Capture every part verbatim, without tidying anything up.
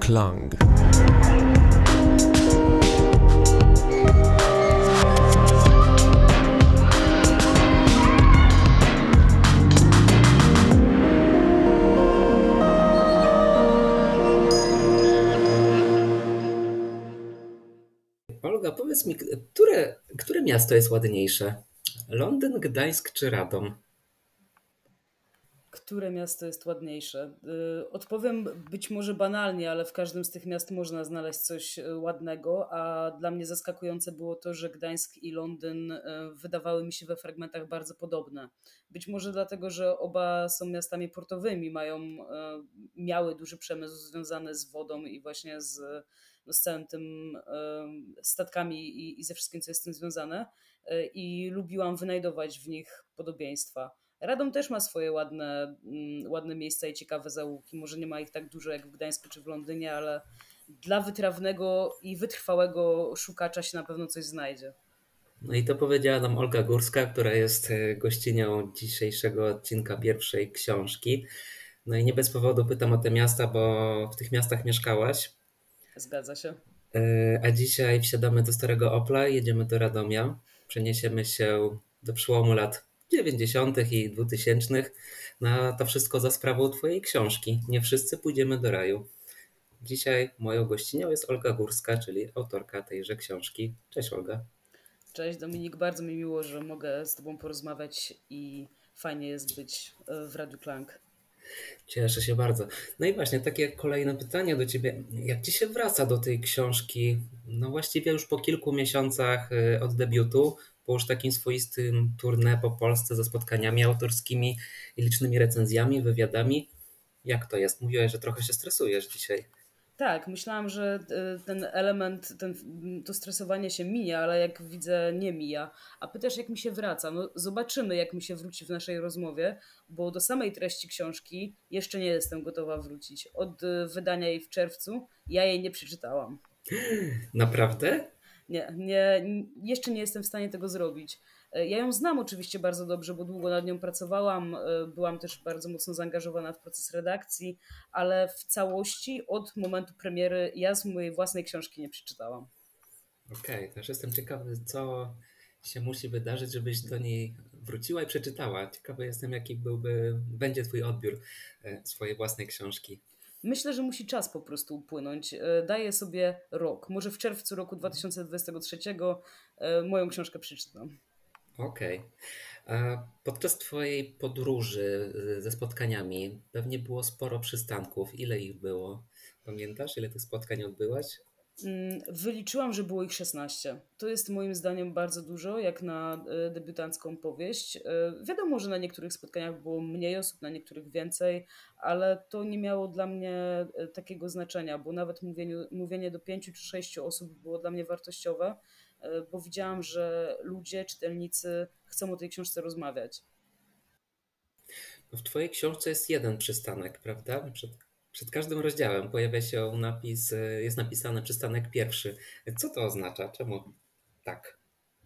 Klang. Olga, powiedz mi, które, które miasto jest ładniejsze? Londyn, Gdańsk czy Radom? Które miasto jest ładniejsze? Y, Odpowiem być może banalnie, ale w każdym z tych miast można znaleźć coś y, ładnego, a dla mnie zaskakujące było to, że Gdańsk i Londyn y, wydawały mi się we fragmentach bardzo podobne. Być może dlatego, że oba są miastami portowymi, mają, y, miały duży przemysł związany z wodą i właśnie z, no, z całym tym y, statkami i, i ze wszystkim, co jest z tym związane. Y, I lubiłam wynajdować w nich podobieństwa. Radom też ma swoje ładne, mm, ładne miejsca i ciekawe zaułki. Może nie ma ich tak dużo jak w Gdańsku czy w Londynie, ale dla wytrawnego i wytrwałego szukacza się na pewno coś znajdzie. No i to powiedziała nam Olga Górska, która jest e, gościnią dzisiejszego odcinka pierwszej książki. No i nie bez powodu pytam o te miasta, bo w tych miastach mieszkałaś. Zgadza się. E, A dzisiaj wsiadamy do starego Opla i jedziemy do Radomia. Przeniesiemy się do przełomu lat dziewięćdziesiątych i dwutysięcznych. Na to wszystko za sprawą twojej książki. Nie wszyscy pójdziemy do raju. Dzisiaj moją gościnią jest Olga Górska, czyli autorka tejże książki. Cześć Olga. Cześć Dominik, bardzo mi miło, że mogę z Tobą porozmawiać i fajnie jest być e, w Radiu Klang. Cieszę się bardzo. No i właśnie takie kolejne pytanie do ciebie. Jak ci się wraca do tej książki? No właściwie już po kilku miesiącach y, od debiutu, po już takim swoistym tournée po Polsce ze spotkaniami autorskimi i licznymi recenzjami, wywiadami. Jak to jest? Mówiłeś, że trochę się stresujesz dzisiaj. Tak, myślałam, że e, ten element, ten, to stresowanie się mija, ale jak widzę, nie mija. A pytasz, jak mi się wraca? No, zobaczymy, jak mi się wróci w naszej rozmowie, bo do samej treści książki jeszcze nie jestem gotowa wrócić. Od e, wydania jej w czerwcu ja jej nie przeczytałam. Naprawdę? Nie, nie, jeszcze nie jestem w stanie tego zrobić. E, Ja ją znam oczywiście bardzo dobrze, bo długo nad nią pracowałam, e, byłam też bardzo mocno zaangażowana w proces redakcji, ale w całości od momentu premiery ja z mojej własnej książki nie przeczytałam. Okej, też jestem ciekawy, co się musi wydarzyć, żebyś do niej wróciła i przeczytała. Ciekawy jestem, jaki byłby, będzie twój odbiór e, swojej własnej książki. Myślę, że musi czas po prostu upłynąć. E, Daję sobie rok. Może w czerwcu roku dwa tysiące dwudziestego trzeciego e, moją książkę przeczytam. Okej. A podczas twojej podróży y, ze spotkaniami pewnie było sporo przystanków. Ile ich było? Pamiętasz, ile tych spotkań odbyłaś? Mm, Wyliczyłam, że było ich szesnaście. To jest moim zdaniem bardzo dużo, jak na e, debiutancką powieść. E, Wiadomo, że na niektórych spotkaniach było mniej osób, na niektórych więcej, ale to nie miało dla mnie e, takiego znaczenia, bo nawet mówienie, mówienie do pięciu czy sześciu osób było dla mnie wartościowe, e, bo widziałam, że ludzie, czytelnicy chcą o tej książce rozmawiać. No, w twojej książce jest jeden przystanek, prawda? Przed, przed każdym rozdziałem pojawia się napis, y, jest napisane przystanek pierwszy. Co to oznacza? Czemu tak?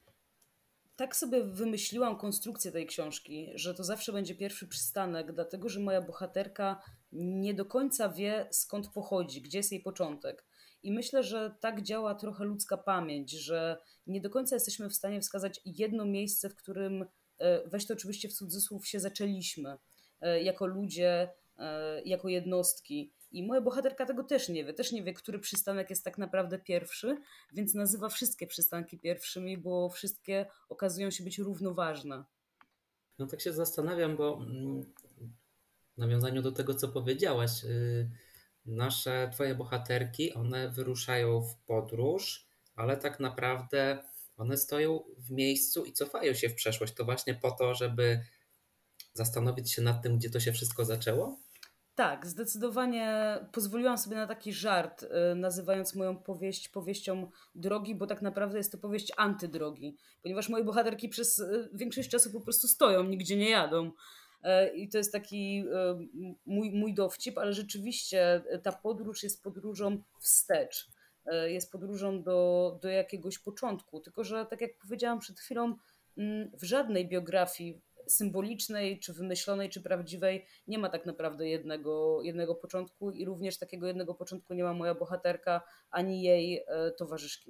Tak sobie wymyśliłam konstrukcję tej książki, że to zawsze będzie pierwszy przystanek, dlatego że moja bohaterka nie do końca wie, skąd pochodzi, gdzie jest jej początek. I myślę, że tak działa trochę ludzka pamięć, że nie do końca jesteśmy w stanie wskazać jedno miejsce, w którym, e, weź to oczywiście w cudzysłów, się zaczęliśmy, e, jako ludzie, e, jako jednostki. I moja bohaterka tego też nie wie. Też nie wie, który przystanek jest tak naprawdę pierwszy, więc nazywa wszystkie przystanki pierwszymi, bo wszystkie okazują się być równoważne. No tak się zastanawiam, bo mm, w nawiązaniu do tego, co powiedziałaś, y, nasze, twoje bohaterki, one wyruszają w podróż, ale tak naprawdę one stoją w miejscu i cofają się w przeszłość. To właśnie po to, żeby zastanowić się nad tym, gdzie to się wszystko zaczęło? Tak, zdecydowanie pozwoliłam sobie na taki żart, y, nazywając moją powieść powieścią drogi, bo tak naprawdę jest to powieść antydrogi, ponieważ moje bohaterki przez y, większość czasu po prostu stoją, nigdzie nie jadą. E, I to jest taki y, mój, mój dowcip, ale rzeczywiście ta podróż jest podróżą wstecz. E, Jest podróżą do, do jakiegoś początku. Tylko że, tak jak powiedziałam przed chwilą, mm, w żadnej biografii symbolicznej, czy wymyślonej, czy prawdziwej, nie ma tak naprawdę jednego, jednego początku i również takiego jednego początku nie ma moja bohaterka, ani jej e, towarzyszki.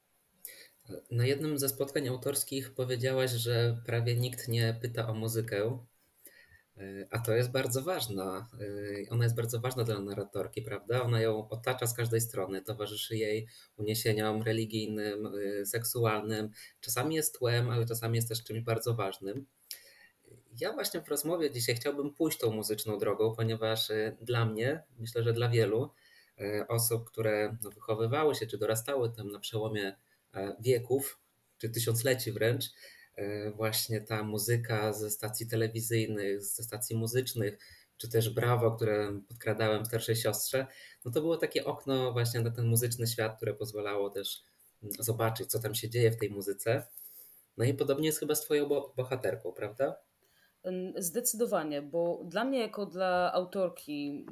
Na jednym ze spotkań autorskich powiedziałaś, że prawie nikt nie pyta o muzykę, a to jest bardzo ważna. Ona jest bardzo ważna dla narratorki, prawda? Ona ją otacza z każdej strony, towarzyszy jej uniesieniom religijnym, seksualnym. Czasami jest tłem, ale czasami jest też czymś bardzo ważnym. Ja właśnie w rozmowie dzisiaj chciałbym pójść tą muzyczną drogą, ponieważ dla mnie, myślę, że dla wielu osób, które no, wychowywały się czy dorastały tam na przełomie wieków, czy tysiącleci wręcz, właśnie ta muzyka ze stacji telewizyjnych, ze stacji muzycznych, czy też Brawo, które podkradałem starszej siostrze, no to było takie okno właśnie na ten muzyczny świat, które pozwalało też zobaczyć, co tam się dzieje w tej muzyce. No i podobnie jest chyba z twoją bohaterką, prawda? Zdecydowanie, bo dla mnie jako dla autorki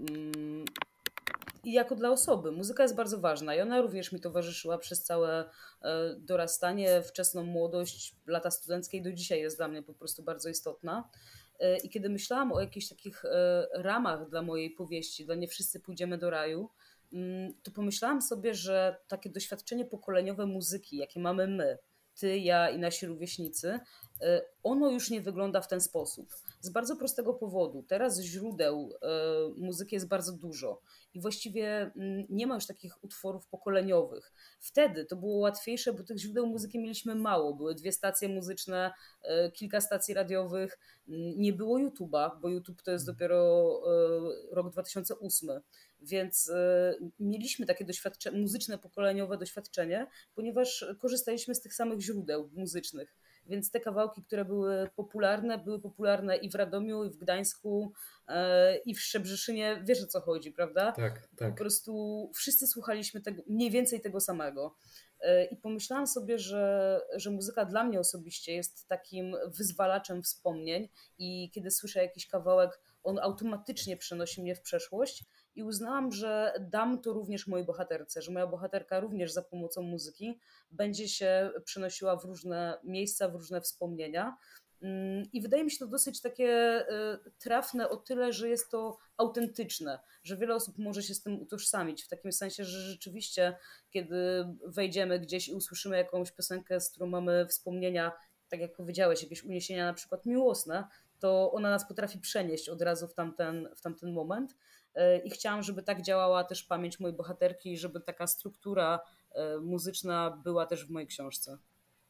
i jako dla osoby muzyka jest bardzo ważna i ona również mi towarzyszyła przez całe dorastanie, wczesną młodość, lata studenckie i do dzisiaj jest dla mnie po prostu bardzo istotna. I kiedy myślałam o jakichś takich ramach dla mojej powieści, dla Nie wszyscy pójdziemy do raju, to pomyślałam sobie, że takie doświadczenie pokoleniowe muzyki, jakie mamy my, ty, ja i nasi rówieśnicy, ono już nie wygląda w ten sposób. Z bardzo prostego powodu. Teraz źródeł muzyki jest bardzo dużo i właściwie nie ma już takich utworów pokoleniowych. Wtedy to było łatwiejsze, bo tych źródeł muzyki mieliśmy mało. Były dwie stacje muzyczne, kilka stacji radiowych, nie było YouTube'a, bo YouTube to jest dopiero rok dwa tysiące ósmy. Więc mieliśmy takie doświadczenie, muzyczne, pokoleniowe doświadczenie, ponieważ korzystaliśmy z tych samych źródeł muzycznych. Więc te kawałki, które były popularne, były popularne i w Radomiu, i w Gdańsku, i w Szczebrzeszynie. Wiesz, o co chodzi, prawda? Tak, tak. Po prostu wszyscy słuchaliśmy tego, mniej więcej tego samego. I pomyślałam sobie, że, że muzyka dla mnie osobiście jest takim wyzwalaczem wspomnień i kiedy słyszę jakiś kawałek, on automatycznie przenosi mnie w przeszłość i uznałam, że dam to również mojej bohaterce, że moja bohaterka również za pomocą muzyki będzie się przenosiła w różne miejsca, w różne wspomnienia. I wydaje mi się to dosyć takie trafne o tyle, że jest to autentyczne, że wiele osób może się z tym utożsamić, w takim sensie, że rzeczywiście, kiedy wejdziemy gdzieś i usłyszymy jakąś piosenkę, z którą mamy wspomnienia, tak jak powiedziałeś, jakieś uniesienia na przykład miłosne, to ona nas potrafi przenieść od razu w tamten, w tamten moment. I chciałam, żeby tak działała też pamięć mojej bohaterki i żeby taka struktura muzyczna była też w mojej książce.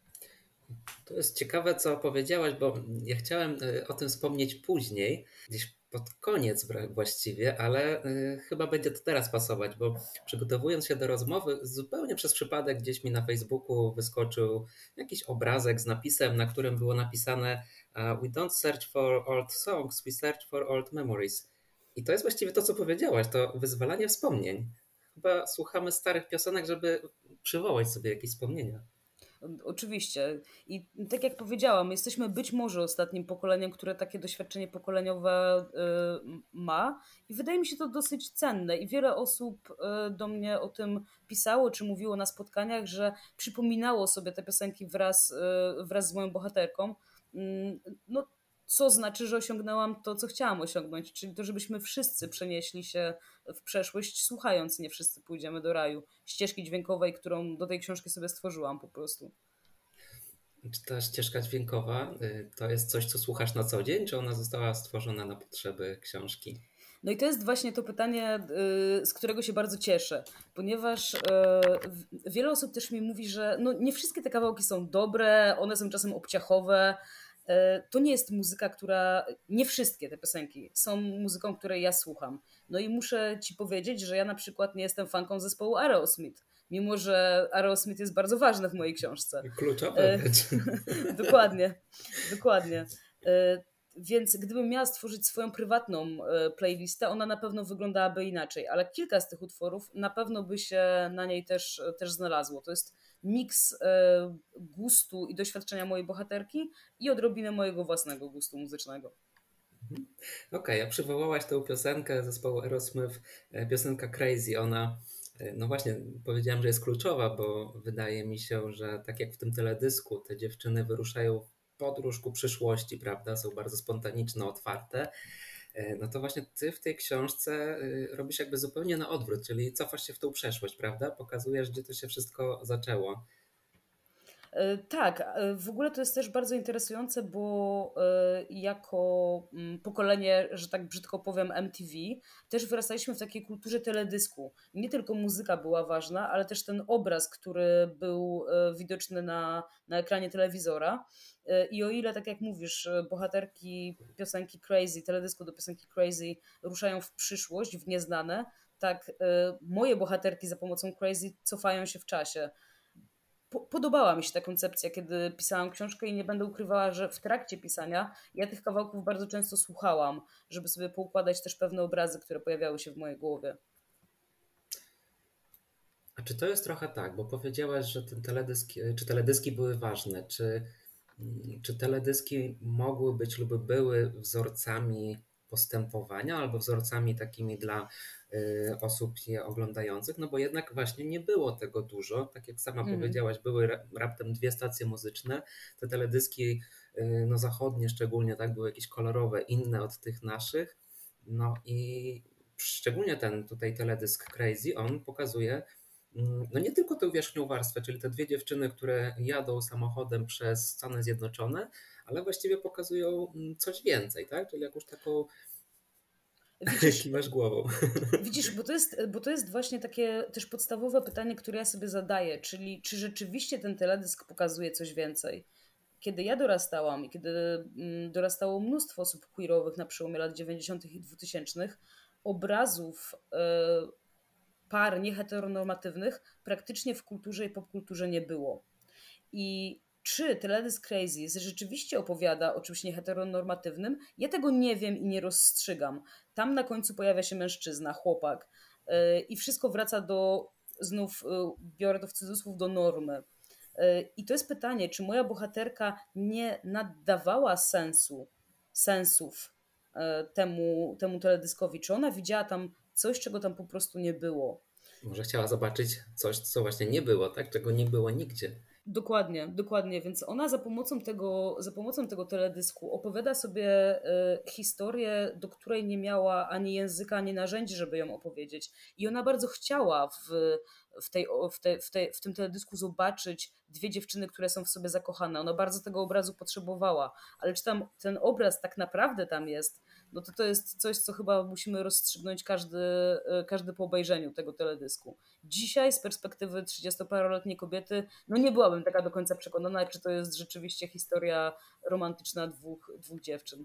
To jest ciekawe, co powiedziałaś, bo ja chciałem o tym wspomnieć później, gdzieś pod koniec właściwie, ale chyba będzie to teraz pasować, bo przygotowując się do rozmowy, zupełnie przez przypadek gdzieś mi na Facebooku wyskoczył jakiś obrazek z napisem, na którym było napisane "We don't search for old songs, we search for old memories". I to jest właściwie to, co powiedziałaś, to wyzwalanie wspomnień. Chyba słuchamy starych piosenek, żeby przywołać sobie jakieś wspomnienia. Oczywiście. I tak jak powiedziałam, jesteśmy być może ostatnim pokoleniem, które takie doświadczenie pokoleniowe ma i wydaje mi się to dosyć cenne i wiele osób do mnie o tym pisało czy mówiło na spotkaniach, że przypominało sobie te piosenki wraz, wraz z moją bohaterką. No, co znaczy, że osiągnęłam to, co chciałam osiągnąć, czyli to, żebyśmy wszyscy przenieśli się w przeszłość, słuchając Nie wszyscy pójdziemy do raju, ścieżki dźwiękowej, którą do tej książki sobie stworzyłam po prostu. Czy ta ścieżka dźwiękowa to jest coś, co słuchasz na co dzień, czy ona została stworzona na potrzeby książki? No i to jest właśnie to pytanie, z którego się bardzo cieszę, ponieważ wiele osób też mi mówi, że no nie wszystkie te kawałki są dobre, one są czasem obciachowe. To nie jest muzyka, która... Nie wszystkie te piosenki są muzyką, której ja słucham. No i muszę ci powiedzieć, że ja na przykład nie jestem fanką zespołu Aerosmith, mimo że Aerosmith jest bardzo ważny w mojej książce. Kluczowe. Dokładnie, dokładnie. Więc gdybym miała stworzyć swoją prywatną playlistę, ona na pewno wyglądałaby inaczej, ale kilka z tych utworów na pewno by się na niej też, też znalazło. To jest miks gustu i doświadczenia mojej bohaterki i odrobinę mojego własnego gustu muzycznego. Okej, okay, a przywołałaś tę piosenkę zespołu Aerosmith, piosenka Crazy. Ona, no właśnie, powiedziałem, że jest kluczowa, bo wydaje mi się, że tak jak w tym teledysku, te dziewczyny wyruszają podróż ku przyszłości, prawda? Są bardzo spontaniczne, otwarte. No to właśnie ty w tej książce robisz jakby zupełnie na odwrót, czyli cofasz się w tą przeszłość, prawda? Pokazujesz, gdzie to się wszystko zaczęło. Tak, w ogóle to jest też bardzo interesujące, bo jako pokolenie, że tak brzydko powiem, M T V, też wyrastaliśmy w takiej kulturze teledysku. Nie tylko muzyka była ważna, ale też ten obraz, który był widoczny na, na ekranie telewizora. I o ile, tak jak mówisz, bohaterki piosenki Crazy, teledysku do piosenki Crazy ruszają w przyszłość, w nieznane, tak moje bohaterki za pomocą Crazy cofają się w czasie. Podobała mi się ta koncepcja, kiedy pisałam książkę i nie będę ukrywała, że w trakcie pisania ja tych kawałków bardzo często słuchałam, żeby sobie poukładać też pewne obrazy, które pojawiały się w mojej głowie. A czy to jest trochę tak, bo powiedziałaś, że ten teledysk, czy teledyski były ważne, czy, czy teledyski mogły być lub były wzorcami postępowania albo wzorcami takimi dla y, osób je oglądających, no bo jednak właśnie nie było tego dużo, tak jak sama mhm. powiedziałaś, były raptem dwie stacje muzyczne, te teledyski y, no zachodnie szczególnie, tak, były jakieś kolorowe, inne od tych naszych, no i szczególnie ten tutaj teledysk Crazy, on pokazuje no nie tylko tę wierzchnią warstwę, czyli te dwie dziewczyny, które jadą samochodem przez Stany Zjednoczone, ale właściwie pokazują coś więcej, tak? Czyli jakąś taką... Widzisz, kiwasz głową. Widzisz, bo to, jest, bo to jest właśnie takie też podstawowe pytanie, które ja sobie zadaję, czyli czy rzeczywiście ten teledysk pokazuje coś więcej? Kiedy ja dorastałam i kiedy dorastało mnóstwo osób queerowych na przełomie lat dziewięćdziesiątych i dwutysięcznych, obrazów par nieheteronormatywnych praktycznie w kulturze i popkulturze nie było. I czy teledysk Crazy rzeczywiście opowiada o czymś nieheteronormatywnym? Ja tego nie wiem i nie rozstrzygam. Tam na końcu pojawia się mężczyzna, chłopak i wszystko wraca do, znów biorę to w cudzysłów, do normy. I to jest pytanie, czy moja bohaterka nie naddawała sensu, sensów temu, temu teledyskowi? Czy ona widziała tam coś, czego tam po prostu nie było? Może chciała zobaczyć coś, co właśnie nie było, tak? Czego nie było nigdzie. Dokładnie, dokładnie. Więc ona za pomocą tego, za pomocą tego teledysku opowiada sobie y, historię, do której nie miała ani języka, ani narzędzi, żeby ją opowiedzieć. I ona bardzo chciała w, w, tej, w, te, w, te, w tym teledysku zobaczyć dwie dziewczyny, które są w sobie zakochane. Ona bardzo tego obrazu potrzebowała. Ale czy tam ten obraz tak naprawdę tam jest, no to to jest coś, co chyba musimy rozstrzygnąć każdy, każdy po obejrzeniu tego teledysku. Dzisiaj z perspektywy trzydziestoparoletniej kobiety, no nie byłabym taka do końca przekonana, czy to jest rzeczywiście historia romantyczna dwóch, dwóch dziewczyn.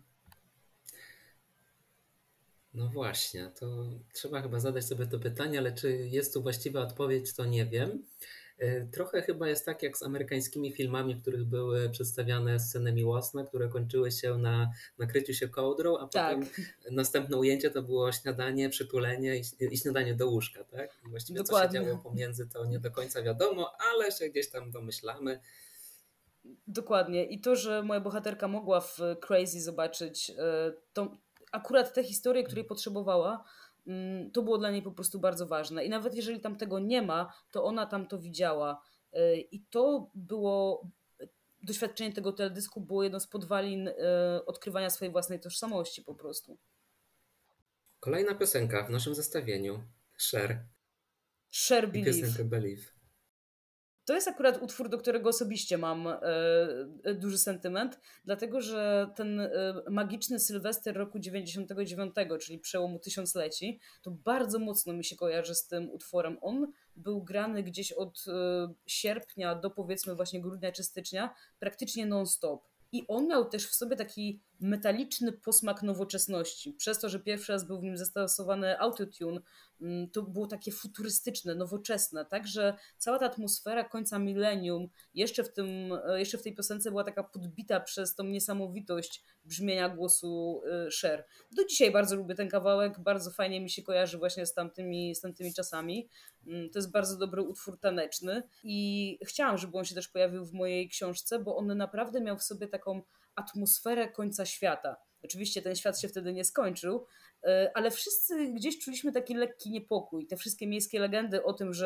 No właśnie, to trzeba chyba zadać sobie to pytanie, ale czy jest tu właściwa odpowiedź, to nie wiem. Trochę chyba jest tak jak z amerykańskimi filmami, w których były przedstawiane sceny miłosne, które kończyły się na nakryciu się kołdrą, a tak. potem następne ujęcie to było śniadanie, przytulenie i śniadanie do łóżka, tak? I właściwie Dokładnie. Co się działo pomiędzy, to nie do końca wiadomo, ale się gdzieś tam domyślamy. Dokładnie. I to, że moja bohaterka mogła w Crazy zobaczyć tą, akurat tę historię, której potrzebowała, to było dla niej po prostu bardzo ważne. I nawet jeżeli tam tego nie ma, to ona tam to widziała. I to było, doświadczenie tego teledysku było jedną z podwalin odkrywania swojej własnej tożsamości po prostu. Kolejna piosenka w naszym zestawieniu. Cher. Cher Believe. I piosenkę Believe. To jest akurat utwór, do którego osobiście mam e, duży sentyment, dlatego że ten e, magiczny Sylwester roku dziewięćdziesiątego dziewiątego, czyli przełomu tysiącleci, to bardzo mocno mi się kojarzy z tym utworem. On był grany gdzieś od e, sierpnia do powiedzmy właśnie grudnia czy stycznia, praktycznie non-stop. I on miał też w sobie taki metaliczny posmak nowoczesności. Przez to, że pierwszy raz był w nim zastosowany autotune, to było takie futurystyczne, nowoczesne. Także cała ta atmosfera końca milenium jeszcze w, tym, jeszcze w tej piosence była taka podbita przez tą niesamowitość brzmienia głosu Cher. Do dzisiaj bardzo lubię ten kawałek, bardzo fajnie mi się kojarzy właśnie z tamtymi, z tamtymi czasami. To jest bardzo dobry utwór taneczny i chciałam, żeby on się też pojawił w mojej książce, bo on naprawdę miał w sobie taką atmosferę końca świata. Oczywiście ten świat się wtedy nie skończył, ale wszyscy gdzieś czuliśmy taki lekki niepokój. Te wszystkie miejskie legendy o tym, że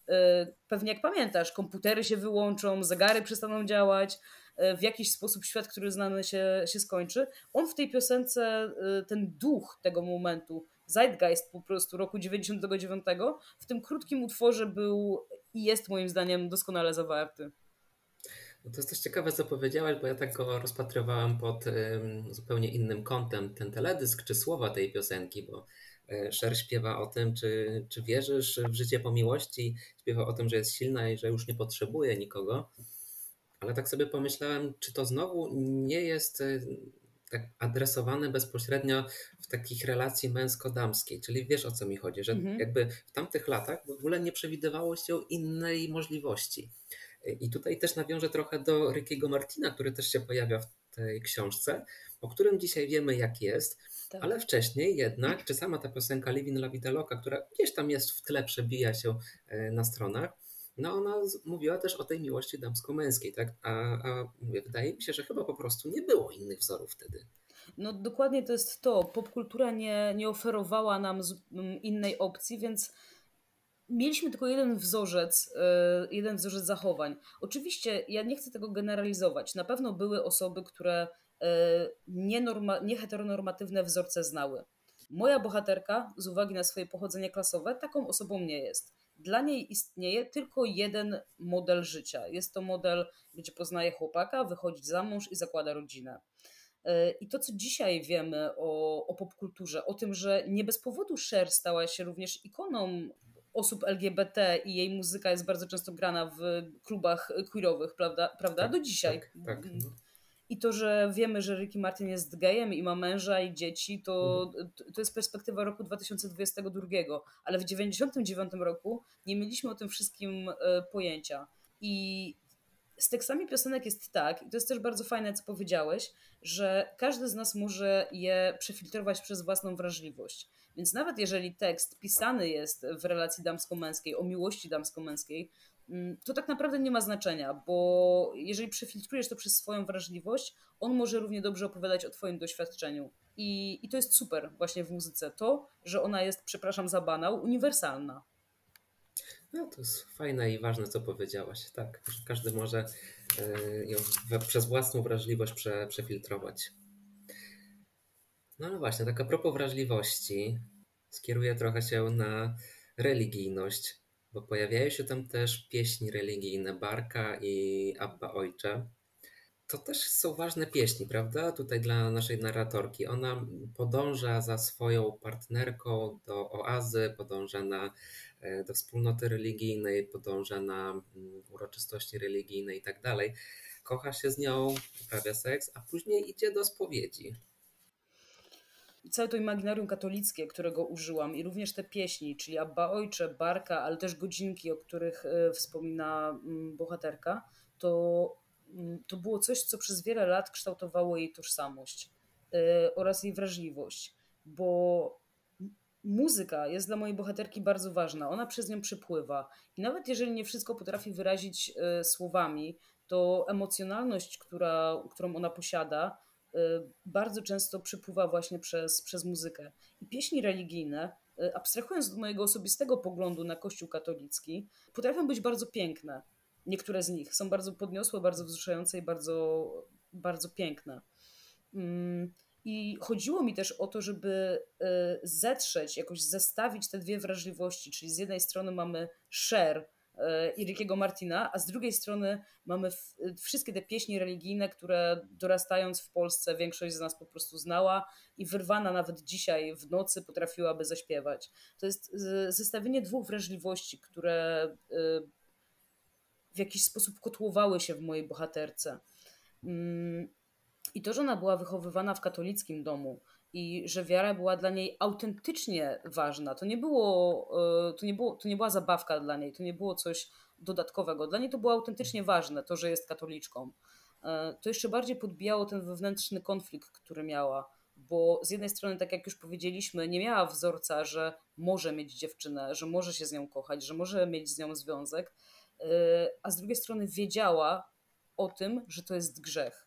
pewnie jak pamiętasz, komputery się wyłączą, zegary przestaną działać, w jakiś sposób świat, który znany się, się skończy. On w tej piosence, ten duch tego momentu, zeitgeist po prostu roku dziewięćdziesiątego dziewiątego w tym krótkim utworze był i jest moim zdaniem doskonale zawarty. No to jest też ciekawe, co powiedziałeś, bo ja tak go rozpatrywałem pod ym, zupełnie innym kątem, ten teledysk czy słowa tej piosenki, bo y, Cher śpiewa o tym, czy, czy wierzysz w życie po miłości, śpiewa o tym, że jest silna i że już nie potrzebuje nikogo, ale tak sobie pomyślałem, czy to znowu nie jest y, tak adresowane bezpośrednio w takich relacji męsko-damskiej, czyli wiesz, o co mi chodzi, że Mhm. jakby w tamtych latach w ogóle nie przewidywało się innej możliwości. I tutaj też nawiążę trochę do Rickiego Martina, który też się pojawia w tej książce, o którym dzisiaj wiemy jak jest, ale Tak. wcześniej jednak, czy sama ta piosenka Living La Vida Loca, która gdzieś tam jest w tle, przebija się e, na stronach, no ona z- mówiła też o tej miłości damsko-męskiej, tak? A, a mówię, wydaje mi się, że chyba po prostu nie było innych wzorów wtedy. No dokładnie to jest to. Popkultura nie, nie oferowała nam z, m, innej opcji, więc mieliśmy tylko jeden wzorzec, e, jeden wzorzec zachowań. Oczywiście ja nie chcę tego generalizować. Na pewno były osoby, które e, nienorma- nieheteronormatywne wzorce znały. Moja bohaterka, z uwagi na swoje pochodzenie klasowe, taką osobą nie jest. Dla niej istnieje tylko jeden model życia. Jest to model, gdzie poznaje chłopaka, wychodzi za mąż i zakłada rodzinę. E, I to, co dzisiaj wiemy o, o popkulturze, o tym, że nie bez powodu Cher stała się również ikoną osób L G B T i jej muzyka jest bardzo często grana w klubach queerowych, prawda? prawda? Do Tak, dzisiaj. tak, tak. No. I to, że wiemy, że Ricky Martin jest gejem i ma męża i dzieci, to, Mhm. to jest perspektywa roku dwa tysiące dwudziestego drugiego, ale w dziewięćdziesiątym dziewiątym roku nie mieliśmy o tym wszystkim e, pojęcia. I z tekstami piosenek jest tak, i to jest też bardzo fajne, co powiedziałeś, że każdy z nas może je przefiltrować przez własną wrażliwość. Więc nawet jeżeli tekst pisany jest w relacji damsko-męskiej, o miłości damsko-męskiej, mm, to tak naprawdę nie ma znaczenia, bo jeżeli przefiltrujesz to przez swoją wrażliwość, on może równie dobrze opowiadać o twoim doświadczeniu. I, i to jest super właśnie w muzyce, to, że ona jest, przepraszam za banał, uniwersalna. No, to jest fajne i ważne, co powiedziałaś. Tak, że każdy może e, ją we, przez własną wrażliwość prze, przefiltrować. No ale właśnie, tak a propos wrażliwości, skieruję trochę się na religijność, bo pojawiają się tam też pieśni religijne Barka i Abba Ojcze. To też są ważne pieśni, prawda? Tutaj dla naszej narratorki. Ona podąża za swoją partnerką do oazy, podąża na, e, do wspólnoty religijnej, podąża na mm, uroczystości religijne i tak dalej. Kocha się z nią, uprawia seks, a później idzie do spowiedzi. Całe to imaginarium katolickie, którego użyłam i również te pieśni, czyli Abba Ojcze, Barka, ale też godzinki, o których e, wspomina mm, bohaterka, to, mm, to było coś, co przez wiele lat kształtowało jej tożsamość e, oraz jej wrażliwość, bo m- muzyka jest dla mojej bohaterki bardzo ważna, ona przez nią przepływa i nawet jeżeli nie wszystko potrafi wyrazić e, słowami, to emocjonalność, która, którą ona posiada, y, bardzo często przepływa właśnie przez, przez muzykę. I pieśni religijne, y, abstrahując od mojego osobistego poglądu na Kościół katolicki, potrafią być bardzo piękne. Niektóre z nich są bardzo podniosłe, bardzo wzruszające i bardzo, bardzo piękne. Mm, I chodziło mi też o to, żeby y, zetrzeć, jakoś zestawić te dwie wrażliwości, czyli z jednej strony mamy Cher y, i Rickiego Martina, a z drugiej strony mamy w, wszystkie te pieśni religijne, które dorastając w Polsce większość z nas po prostu znała i wyrwana nawet dzisiaj w nocy potrafiłaby zaśpiewać. To jest y, zestawienie dwóch wrażliwości, które y, w jakiś sposób kotłowały się w mojej bohaterce. Mm, I to, że ona była wychowywana w katolickim domu i że wiara była dla niej autentycznie ważna, to nie było, e, to nie było, to nie była zabawka dla niej, to nie było coś dodatkowego. Dla niej to było autentycznie ważne, to, że jest katoliczką. E, To jeszcze bardziej podbijało ten wewnętrzny konflikt, który miała, bo z jednej strony, tak jak już powiedzieliśmy, nie miała wzorca, że może mieć dziewczynę, że może się z nią kochać, że może mieć z nią związek, e, a z drugiej strony wiedziała o tym, że to jest grzech.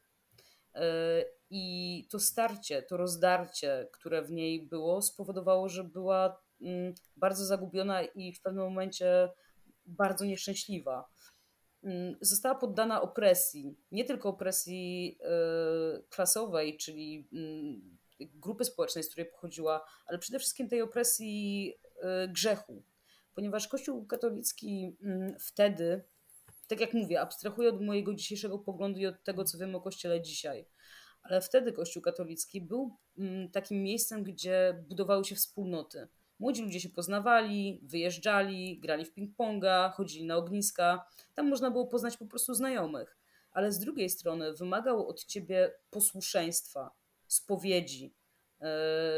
I to starcie, to rozdarcie, które w niej było, spowodowało, że była mm, bardzo zagubiona i w pewnym momencie bardzo nieszczęśliwa. Została poddana opresji, nie tylko opresji klasowej, czyli grupy społecznej, z której pochodziła, ale przede wszystkim tej opresji grzechu. Ponieważ Kościół katolicki wtedy, tak jak mówię, abstrahuję od mojego dzisiejszego poglądu i od tego, co wiem o Kościele dzisiaj, ale wtedy Kościół katolicki był takim miejscem, gdzie budowały się wspólnoty. Młodzi ludzie się poznawali, wyjeżdżali, grali w ping-ponga, chodzili na ogniska. Tam można było poznać po prostu znajomych. Ale z drugiej strony wymagał od ciebie posłuszeństwa, spowiedzi yy,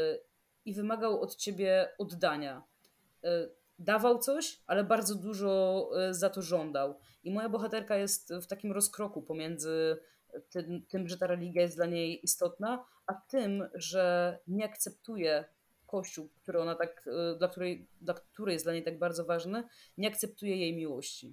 i wymagał od ciebie oddania. Yy, dawał coś, ale bardzo dużo yy, za to żądał. I moja bohaterka jest w takim rozkroku pomiędzy tym, tym, że ta religia jest dla niej istotna, a tym, że nie akceptuje Kościół, który ona tak, dla, której, dla której jest dla niej tak bardzo ważny, nie akceptuje jej miłości.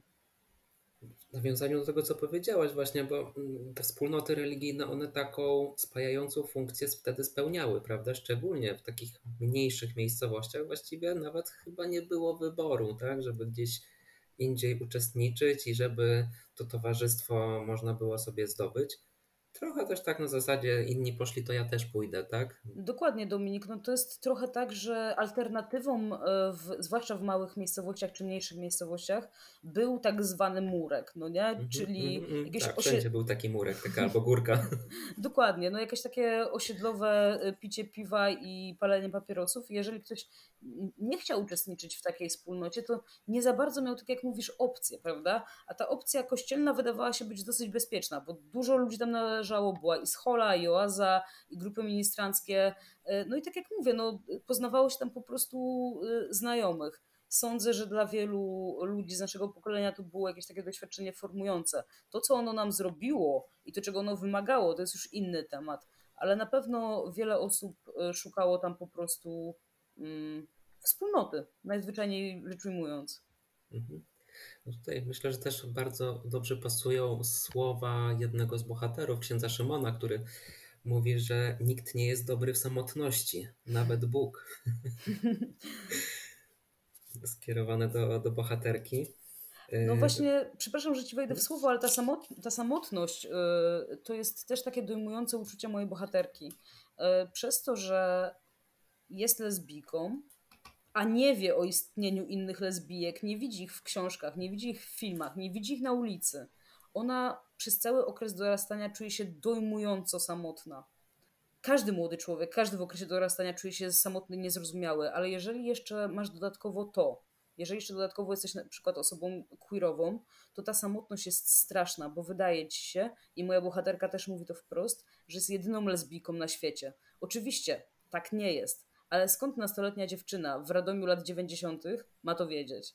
W nawiązaniu do tego, co powiedziałaś właśnie, bo te wspólnoty religijne, one taką spajającą funkcję wtedy spełniały, prawda? Szczególnie w takich mniejszych miejscowościach właściwie nawet chyba nie było wyboru, tak? Żeby gdzieś indziej uczestniczyć i żeby to towarzystwo można było sobie zdobyć. Trochę też tak na zasadzie inni poszli, to ja też pójdę, tak? Dokładnie, Dominik. No to jest trochę tak, że alternatywą, w, zwłaszcza w małych miejscowościach czy mniejszych miejscowościach, był tak zwany murek, no nie? Mm-hmm, Czyli mm-hmm, jakieś tak, osie... wszędzie był taki murek, taka albo górka. Dokładnie, no jakieś takie osiedlowe picie piwa i palenie papierosów. Jeżeli ktoś nie chciał uczestniczyć w takiej wspólnocie, to nie za bardzo miał, tak jak mówisz, opcję, prawda? A ta opcja kościelna wydawała się być dosyć bezpieczna, bo dużo ludzi tam należało, była i Schola, i Oaza, i grupy ministranckie. No i tak jak mówię, no, poznawało się tam po prostu znajomych. Sądzę, że dla wielu ludzi z naszego pokolenia to było jakieś takie doświadczenie formujące. To, co ono nam zrobiło i to, czego ono wymagało, to jest już inny temat, ale na pewno wiele osób szukało tam po prostu mm, wspólnoty, najzwyczajniej rzecz ujmując. Mhm. No tutaj myślę, że też bardzo dobrze pasują słowa jednego z bohaterów, księdza Szymona, który mówi, że nikt nie jest dobry w samotności, nawet Bóg. Skierowane do, do bohaterki. No właśnie, przepraszam, że ci wejdę w słowo, ale ta, samot, ta samotność yy, to jest też takie dojmujące uczucie mojej bohaterki. Yy, przez to, że jest lesbijką, a nie wie o istnieniu innych lesbijek, nie widzi ich w książkach, nie widzi ich w filmach, nie widzi ich na ulicy. Ona przez cały okres dorastania czuje się dojmująco samotna. Każdy młody człowiek, każdy w okresie dorastania czuje się samotny, niezrozumiały, ale jeżeli jeszcze masz dodatkowo to, jeżeli jeszcze dodatkowo jesteś na przykład osobą queerową, to ta samotność jest straszna, bo wydaje ci się, i moja bohaterka też mówi to wprost, że jest jedyną lesbijką na świecie. Oczywiście tak nie jest, ale skąd nastoletnia dziewczyna w Radomiu lat dziewięćdziesiątych ma to wiedzieć?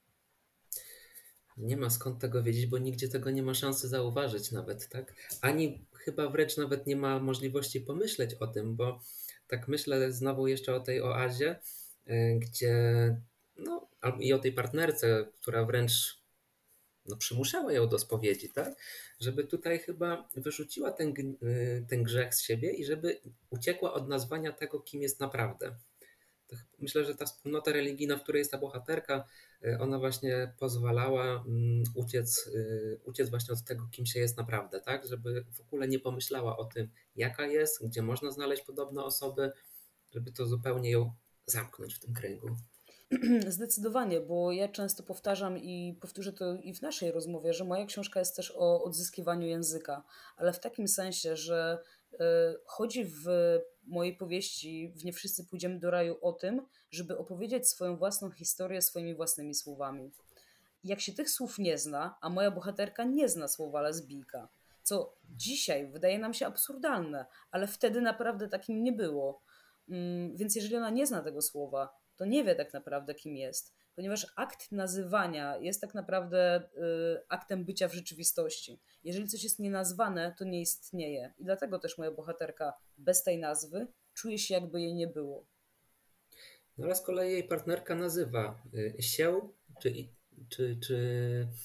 Nie ma skąd tego wiedzieć, bo nigdzie tego nie ma szansy zauważyć nawet, tak? Ani chyba wręcz nawet nie ma możliwości pomyśleć o tym, bo tak myślę znowu jeszcze o tej oazie, gdzie no i o tej partnerce, która wręcz no, przymuszała ją do spowiedzi, tak? Żeby tutaj chyba wyrzuciła ten, ten grzech z siebie i żeby uciekła od nazwania tego, kim jest naprawdę. Myślę, że ta wspólnota religijna, w której jest ta bohaterka, ona właśnie pozwalała uciec, uciec właśnie od tego, kim się jest naprawdę, tak? Żeby w ogóle nie pomyślała o tym, jaka jest, gdzie można znaleźć podobne osoby, żeby to zupełnie ją zamknąć w tym kręgu. Zdecydowanie, bo ja często powtarzam i powtórzę to i w naszej rozmowie, że moja książka jest też o odzyskiwaniu języka, ale w takim sensie, że y, chodzi w mojej powieści W Nie Wszyscy Pójdziemy do Raju o tym, żeby opowiedzieć swoją własną historię swoimi własnymi słowami. Jak się tych słów nie zna, a moja bohaterka nie zna słowa lesbijka, co dzisiaj wydaje nam się absurdalne, ale wtedy naprawdę takim nie było. Mm, więc jeżeli ona nie zna tego słowa, to nie wie tak naprawdę, kim jest, ponieważ akt nazywania jest tak naprawdę y, aktem bycia w rzeczywistości. Jeżeli coś jest nienazwane, to nie istnieje. I dlatego też moja bohaterka bez tej nazwy czuje się, jakby jej nie było. No ale z kolei jej partnerka nazywa się, czy, czy, czy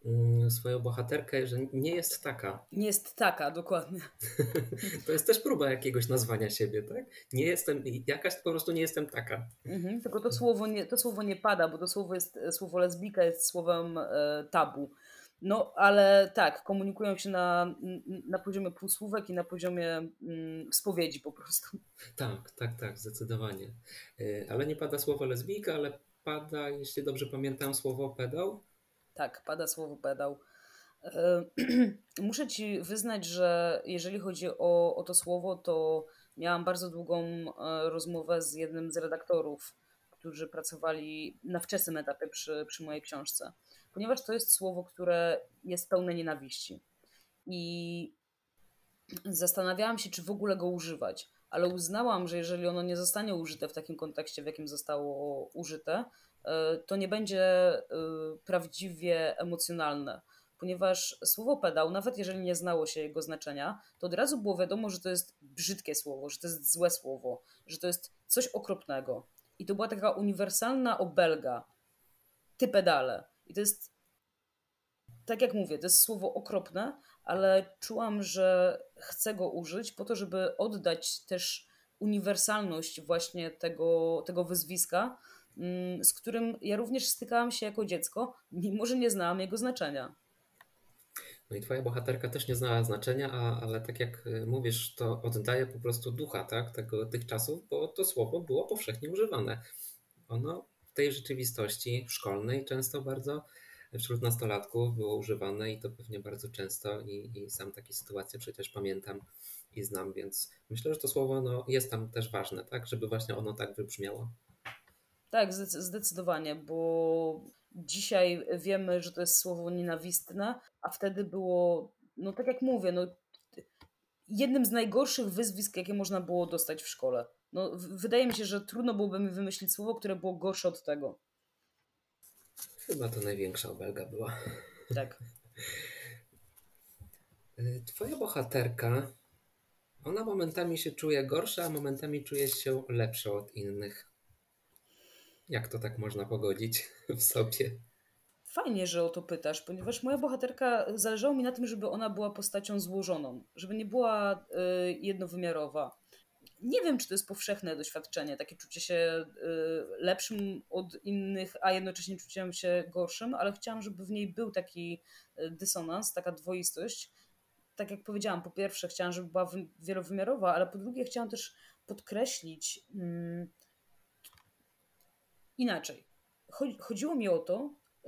mm, swoją bohaterkę, że nie jest taka. Nie jest taka, dokładnie. To jest też próba jakiegoś nazwania siebie, tak? Nie jestem jakaś, po prostu nie jestem taka. Mhm, tylko to słowo, nie, to słowo nie pada, bo to słowo jest, słowo lesbijka jest słowem e, tabu. No, ale tak, komunikują się na, na poziomie półsłówek i na poziomie mm, spowiedzi po prostu. Tak, tak, tak, zdecydowanie. Y, Ale nie pada słowo lesbijka, ale pada, jeśli dobrze pamiętam, słowo pedał. Tak, pada słowo pedał. E, Muszę ci wyznać, że jeżeli chodzi o, o to słowo, to miałam bardzo długą e, rozmowę z jednym z redaktorów, którzy pracowali na wczesnym etapie przy, przy mojej książce, ponieważ to jest słowo, które jest pełne nienawiści. I zastanawiałam się, czy w ogóle go używać, ale uznałam, że jeżeli ono nie zostanie użyte w takim kontekście, w jakim zostało użyte, e, to nie będzie e, prawdziwie emocjonalne. Ponieważ słowo pedał, nawet jeżeli nie znało się jego znaczenia, to od razu było wiadomo, że to jest brzydkie słowo, że to jest złe słowo, że to jest coś okropnego. I to była taka uniwersalna obelga. Ty pedale. I to jest, tak jak mówię, to jest słowo okropne, ale czułam, że chcę go użyć po to, żeby oddać też uniwersalność właśnie tego, tego wyzwiska, mm, z którym ja również stykałam się jako dziecko, mimo że nie znałam jego znaczenia. No i twoja bohaterka też nie znała znaczenia, a, ale tak jak y, mówisz, to oddaje po prostu ducha, tak, tego, tych czasów, bo to słowo było powszechnie używane. Ono w tej rzeczywistości szkolnej często bardzo wśród nastolatków było używane i to pewnie bardzo często i, i sam takie sytuacje przecież pamiętam i znam, więc myślę, że to słowo no, jest tam też ważne, tak, żeby właśnie ono tak wybrzmiało. Tak, zdec- zdecydowanie, bo dzisiaj wiemy, że to jest słowo nienawistne, a wtedy było, no tak jak mówię, no, jednym z najgorszych wyzwisk, jakie można było dostać w szkole. No, w- wydaje mi się, że trudno byłoby mi wymyślić słowo, które było gorsze od tego. Chyba to największa obelga była. Tak. Y, Twoja bohaterka, ona momentami się czuje gorsza, a momentami czuje się lepsza od innych. Jak to tak można pogodzić w sobie? Fajnie, że o to pytasz, ponieważ moja bohaterka, zależało mi na tym, żeby ona była postacią złożoną, żeby nie była y, jednowymiarowa. Nie wiem, czy to jest powszechne doświadczenie, takie czucie się y, lepszym od innych, a jednocześnie czuciem się gorszym, ale chciałam, żeby w niej był taki y, dysonans, taka dwoistość. Tak jak powiedziałam, po pierwsze chciałam, żeby była wy- wielowymiarowa, ale po drugie chciałam też podkreślić mm, inaczej. Cho- chodziło mi o to, y,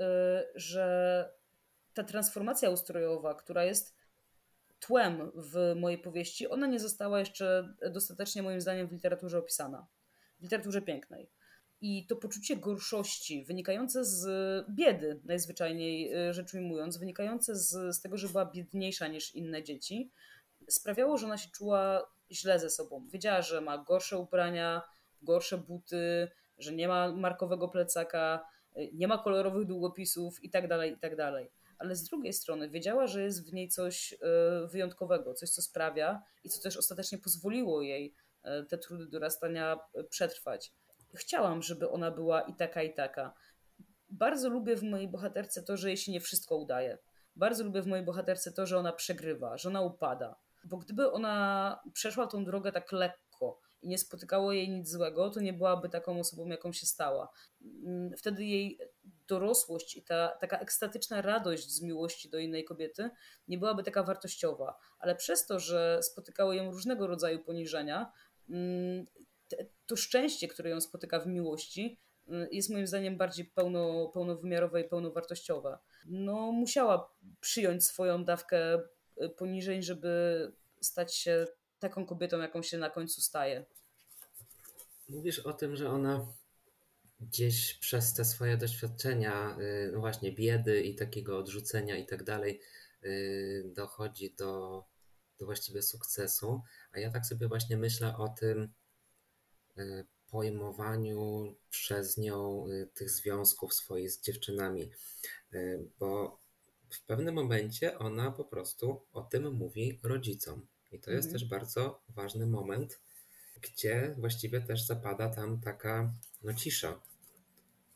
że ta transformacja ustrojowa, która jest tłem w mojej powieści, ona nie została jeszcze dostatecznie moim zdaniem w literaturze opisana. W literaturze pięknej. I to poczucie gorszości wynikające z biedy, najzwyczajniej y, rzecz ujmując, wynikające z, z tego, że była biedniejsza niż inne dzieci, sprawiało, że ona się czuła źle ze sobą. Wiedziała, że ma gorsze ubrania, gorsze buty, że nie ma markowego plecaka, y, nie ma kolorowych długopisów i tak dalej, i tak dalej. Ale z drugiej strony wiedziała, że jest w niej coś y, wyjątkowego, coś, co sprawia i co też ostatecznie pozwoliło jej y, te trudy dorastania y, przetrwać. Chciałam, żeby ona była i taka, i taka. Bardzo lubię w mojej bohaterce to, że jej się nie wszystko udaje. Bardzo lubię w mojej bohaterce to, że ona przegrywa, że ona upada. Bo gdyby ona przeszła tą drogę tak lekko i nie spotykało jej nic złego, to nie byłaby taką osobą, jaką się stała. Mm, Wtedy jej dorosłość i ta taka ekstatyczna radość z miłości do innej kobiety nie byłaby taka wartościowa. Ale przez to, że spotykały ją różnego rodzaju poniżenia, mm, te- to szczęście, które ją spotyka w miłości, y, jest moim zdaniem bardziej pełno, pełnowymiarowe i pełnowartościowe. No, musiała przyjąć swoją dawkę y, poniżeń, żeby stać się taką kobietą, jaką się na końcu staje. Mówisz o tym, że ona gdzieś przez te swoje doświadczenia, y, no właśnie biedy i takiego odrzucenia i tak dalej, y, dochodzi do, do właściwie sukcesu. A ja tak sobie właśnie myślę o tym y, pojmowaniu przez nią y, tych związków swoich z dziewczynami, Y, bo w pewnym momencie ona po prostu o tym mówi rodzicom. I to jest też Mhm. bardzo ważny moment, gdzie właściwie też zapada tam taka no, cisza.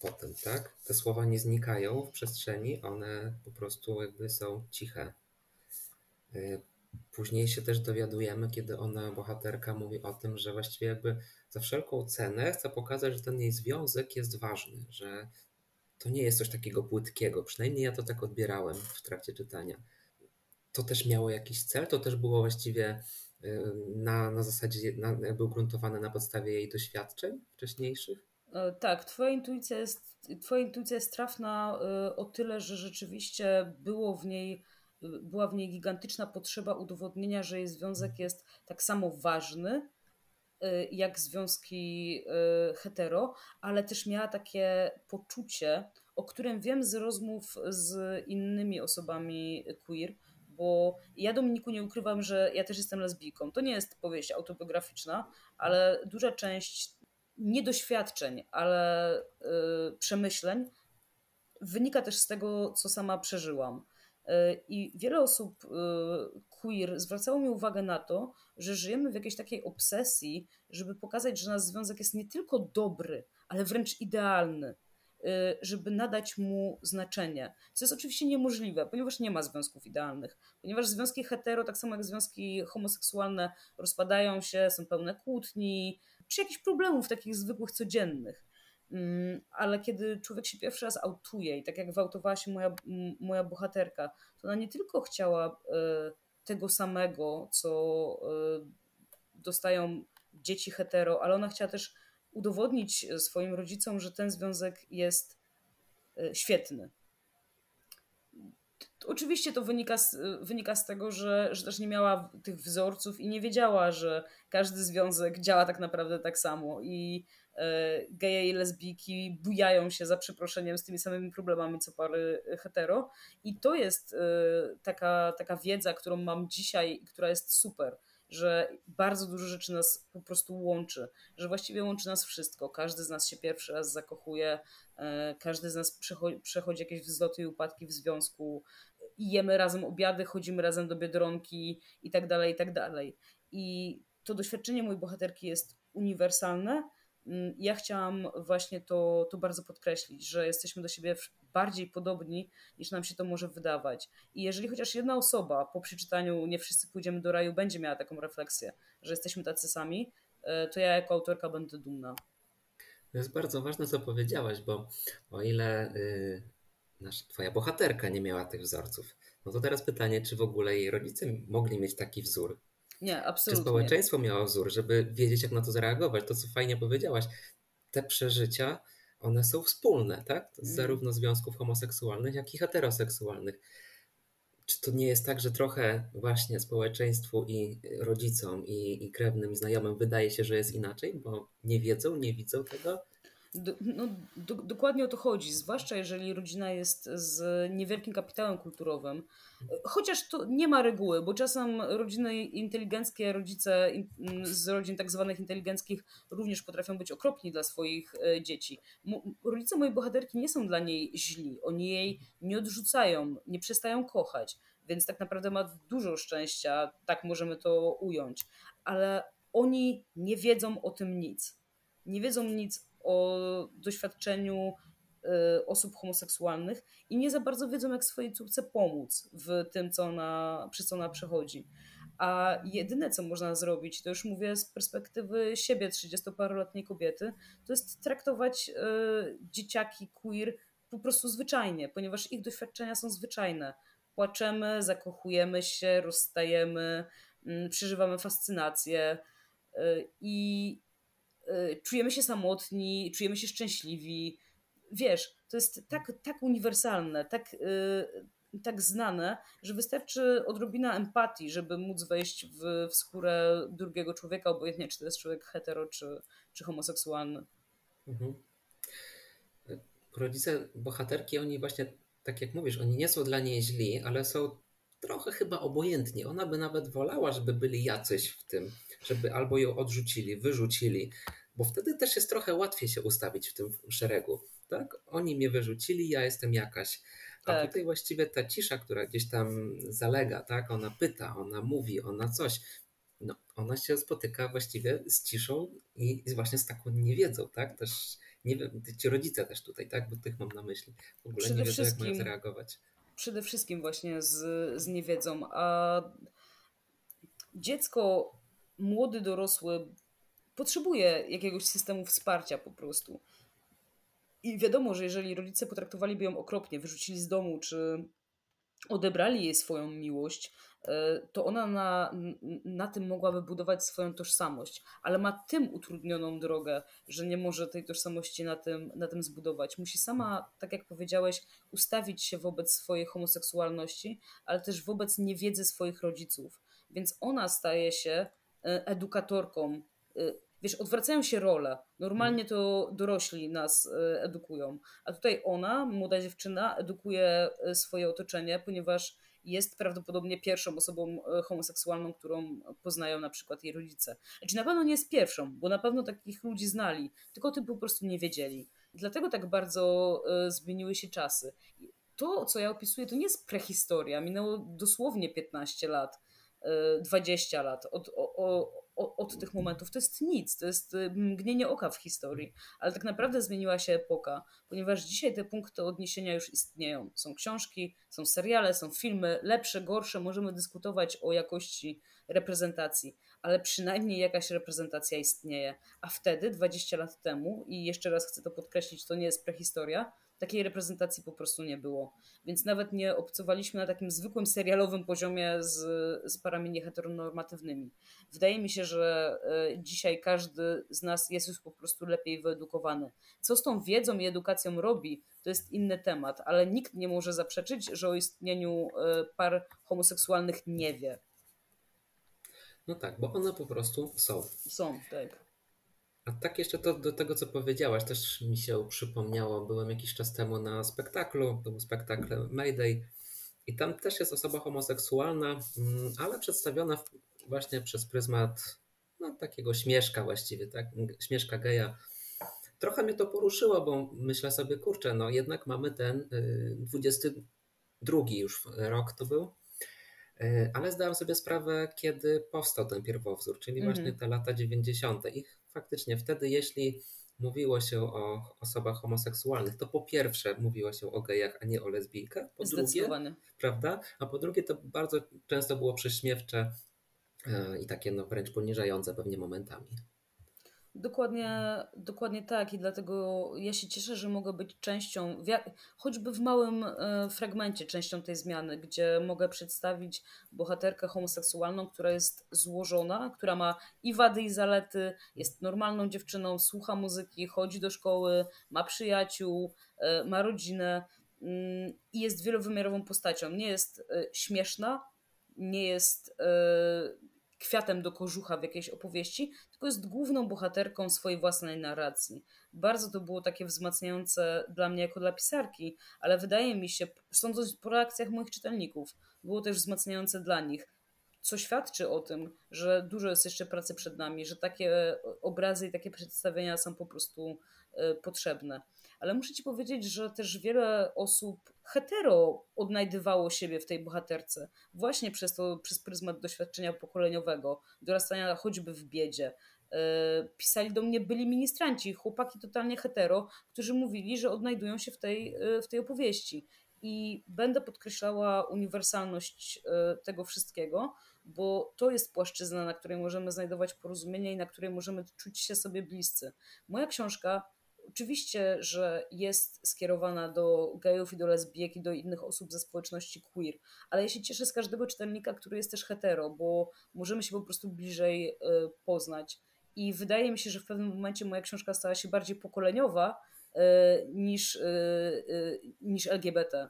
potem, tak? Te słowa nie znikają w przestrzeni, one po prostu jakby są ciche. Później się też dowiadujemy, kiedy ona, bohaterka, mówi o tym, że właściwie jakby za wszelką cenę chce pokazać, że ten jej związek jest ważny, że to nie jest coś takiego płytkiego. Przynajmniej ja to tak odbierałem w trakcie czytania. To też miało jakiś cel, to też było właściwie na, na zasadzie, na, jakby ugruntowane na podstawie jej doświadczeń wcześniejszych. Tak, twoja intuicja jest, twoja intuicja jest trafna o tyle, że rzeczywiście było w niej, była w niej gigantyczna potrzeba udowodnienia, że jej związek jest tak samo ważny jak związki hetero, ale też miała takie poczucie, o którym wiem z rozmów z innymi osobami queer, bo ja, Dominiku, nie ukrywam, że ja też jestem lesbijką. To nie jest powieść autobiograficzna, ale duża część nie doświadczeń, ale y, przemyśleń wynika też z tego, co sama przeżyłam. Y, I wiele osób y, queer zwracało mi uwagę na to, że żyjemy w jakiejś takiej obsesji, żeby pokazać, że nasz związek jest nie tylko dobry, ale wręcz idealny, y, żeby nadać mu znaczenie. Co jest oczywiście niemożliwe, ponieważ nie ma związków idealnych. Ponieważ związki hetero, tak samo jak związki homoseksualne, rozpadają się, są pełne kłótni, czy jakichś problemów takich zwykłych, codziennych. Ale kiedy człowiek się pierwszy raz autuje i tak jak wyautowała się moja, moja bohaterka, to ona nie tylko chciała tego samego, co dostają dzieci hetero, ale ona chciała też udowodnić swoim rodzicom, że ten związek jest świetny. Oczywiście to wynika z, wynika z tego, że, że też nie miała tych wzorców i nie wiedziała, że każdy związek działa tak naprawdę tak samo i e, geje i lesbijki bujają się, za przeproszeniem, z tymi samymi problemami co pary hetero. I to jest e, taka, taka wiedza, którą mam dzisiaj, która jest super, że bardzo dużo rzeczy nas po prostu łączy, że właściwie łączy nas wszystko. Każdy z nas się pierwszy raz zakochuje, e, każdy z nas przechodzi, przechodzi jakieś wzloty i upadki w związku, i jemy razem obiady, chodzimy razem do Biedronki i tak dalej, i tak dalej. I to doświadczenie mojej bohaterki jest uniwersalne. Ja chciałam właśnie to, to bardzo podkreślić, że jesteśmy do siebie bardziej podobni, niż nam się to może wydawać. I jeżeli chociaż jedna osoba po przeczytaniu Nie wszyscy pójdziemy do raju będzie miała taką refleksję, że jesteśmy tacy sami, to ja jako autorka będę dumna. To jest bardzo ważne, co powiedziałaś, bo o ile yy, nasza, twoja bohaterka nie miała tych wzorców, no to teraz pytanie, czy w ogóle jej rodzice mogli mieć taki wzór? Nie, absolutnie. Czy społeczeństwo miało wzór, żeby wiedzieć, jak na to zareagować? To, co fajnie powiedziałaś, te przeżycia, one są wspólne, tak? Zarówno związków homoseksualnych, jak i heteroseksualnych. Czy to nie jest tak, że trochę właśnie społeczeństwu i rodzicom, i, i krewnym, i znajomym wydaje się, że jest inaczej, bo nie wiedzą, nie widzą tego? Do, no, do, dokładnie o to chodzi, zwłaszcza jeżeli rodzina jest z niewielkim kapitałem kulturowym. Chociaż to nie ma reguły, bo czasem rodziny inteligenckie, rodzice z rodzin tak zwanych inteligenckich również potrafią być okropni dla swoich dzieci. Rodzice mojej bohaterki nie są dla niej źli, oni jej nie odrzucają, nie przestają kochać, więc tak naprawdę ma dużo szczęścia, tak możemy to ująć. Ale oni nie wiedzą o tym nic. Nie wiedzą nic o doświadczeniu y, osób homoseksualnych i nie za bardzo wiedzą, jak swojej córce pomóc w tym, co ona, przez co ona przechodzi. A jedyne, co można zrobić, to już mówię z perspektywy siebie, trzydziestoparoletniej kobiety, to jest traktować y, dzieciaki queer po prostu zwyczajnie, ponieważ ich doświadczenia są zwyczajne. Płaczemy, zakochujemy się, rozstajemy, y, przeżywamy fascynację y, i czujemy się samotni, czujemy się szczęśliwi. Wiesz, to jest tak, tak uniwersalne, tak, yy, tak znane, że wystarczy odrobina empatii, żeby móc wejść w, w skórę drugiego człowieka, obojętnie czy to jest człowiek hetero, czy, czy homoseksualny. Mhm. Rodzice bohaterki, oni właśnie, tak jak mówisz, oni nie są dla niej źli, ale są trochę chyba obojętni. Ona by nawet wolała, żeby byli jacyś w tym, żeby albo ją odrzucili, wyrzucili, bo wtedy też jest trochę łatwiej się ustawić w tym szeregu. Tak? Oni mnie wyrzucili, ja jestem jakaś. A Tak. tutaj właściwie ta cisza, która gdzieś tam zalega, tak? Ona pyta, ona mówi, ona coś. No, ona się spotyka właściwie z ciszą i i właśnie z taką niewiedzą, tak? Też nie wiem, ci rodzice też tutaj, tak? Bo tych mam na myśli. W ogóle nie Przede wiedzą, jak mają wszystkim, zareagować. przede wszystkim właśnie z, z niewiedzą, a dziecko, młody dorosły potrzebuje jakiegoś systemu wsparcia po prostu. I wiadomo, że jeżeli rodzice potraktowaliby ją okropnie, wyrzucili z domu, czy odebrali jej swoją miłość, e, to ona na, na tym mogłaby budować swoją tożsamość, ale ma tym utrudnioną drogę, że nie może tej tożsamości na tym, na tym zbudować. Musi sama, tak jak powiedziałeś, ustawić się wobec swojej homoseksualności, ale też wobec niewiedzy swoich rodziców. Więc ona staje się e, edukatorką. E, Wiesz, odwracają się role. Mhm. Normalnie to dorośli nas e, edukują, a tutaj ona, młoda dziewczyna, edukuje e, swoje otoczenie, ponieważ jest prawdopodobnie pierwszą osobą e, homoseksualną, którą poznają na przykład jej rodzice. Znaczy na pewno nie jest pierwszą, bo na pewno takich ludzi znali, tylko o tym po prostu nie wiedzieli. I dlatego tak bardzo e, zmieniły się czasy. To, co ja opisuję, to nie jest prehistoria. Minęło dosłownie piętnaście lat, e, dwadzieścia lat od, o, o, o- od tych momentów. To jest nic, to jest e, mgnienie oka w historii, ale tak naprawdę zmieniła się epoka, ponieważ dzisiaj te punkty odniesienia już istnieją. Są książki, są seriale, są filmy, lepsze, gorsze, możemy dyskutować o jakości reprezentacji, ale przynajmniej jakaś reprezentacja istnieje. A wtedy, dwadzieścia lat temu, i jeszcze raz chcę to podkreślić, to nie jest prehistoria, takiej reprezentacji po prostu nie było. Więc nawet nie obcowaliśmy na takim zwykłym serialowym poziomie z, z parami nieheteronormatywnymi. Wydaje mi się, że e, dzisiaj każdy z nas jest już po prostu lepiej wyedukowany. Co z tą wiedzą i edukacją robi, to jest inny temat, ale nikt nie może zaprzeczyć, że o istnieniu e, par homoseksualnych nie wie. No tak, bo one po prostu są. Są, tak. A tak jeszcze to do tego, co powiedziałaś, też mi się przypomniało. Byłem jakiś czas temu na spektaklu, to był spektakl Mayday i tam też jest osoba homoseksualna, mm, ale przedstawiona w- właśnie przez pryzmat no, takiego śmieszka właściwie, tak? Śmieszka geja. Trochę mnie to poruszyło, bo myślę sobie, kurczę, no jednak mamy ten y, dwudziesty drugi już rok to był, y, ale zdałem sobie sprawę, kiedy powstał ten pierwowzór, czyli właśnie Mhm. te lata dziewięćdziesiąte. I faktycznie wtedy, jeśli mówiło się o osobach homoseksualnych, to po pierwsze mówiło się o gejach, a nie o lesbijkach, po drugie, Zdecydowanie. prawda, a po drugie to bardzo często było prześmiewcze y, i takie no wręcz poniżające pewnie momentami. Dokładnie, dokładnie tak i dlatego ja się cieszę, że mogę być częścią, w jak, choćby w małym e, fragmencie, częścią tej zmiany, gdzie mogę przedstawić bohaterkę homoseksualną, która jest złożona, która ma i wady, i zalety, jest normalną dziewczyną, słucha muzyki, chodzi do szkoły, ma przyjaciół, e, ma rodzinę mm, i jest wielowymiarową postacią. Nie jest e, śmieszna, nie jest e, kwiatem do kożucha w jakiejś opowieści, tylko jest główną bohaterką swojej własnej narracji. Bardzo to było takie wzmacniające dla mnie jako dla pisarki, ale wydaje mi się, sądząc po reakcjach moich czytelników, było też wzmacniające dla nich, co świadczy o tym, że dużo jest jeszcze pracy przed nami, że takie obrazy i takie przedstawienia są po prostu e, potrzebne. Ale muszę ci powiedzieć, że też wiele osób hetero odnajdywało siebie w tej bohaterce, właśnie przez to, przez pryzmat doświadczenia pokoleniowego, dorastania choćby w biedzie. E, Pisali do mnie byli ministranci, chłopaki totalnie hetero, którzy mówili, że odnajdują się w tej, e, w tej opowieści. I będę podkreślała uniwersalność e, tego wszystkiego, bo to jest płaszczyzna, na której możemy znajdować porozumienie i na której możemy czuć się sobie bliscy. Moja książka oczywiście, że jest skierowana do gejów i do lesbijek i do innych osób ze społeczności queer, ale ja się cieszę z każdego czytelnika, który jest też hetero, bo możemy się po prostu bliżej y, poznać. I wydaje mi się, że w pewnym momencie moja książka stała się bardziej pokoleniowa y, niż, y, y, niż L G B T.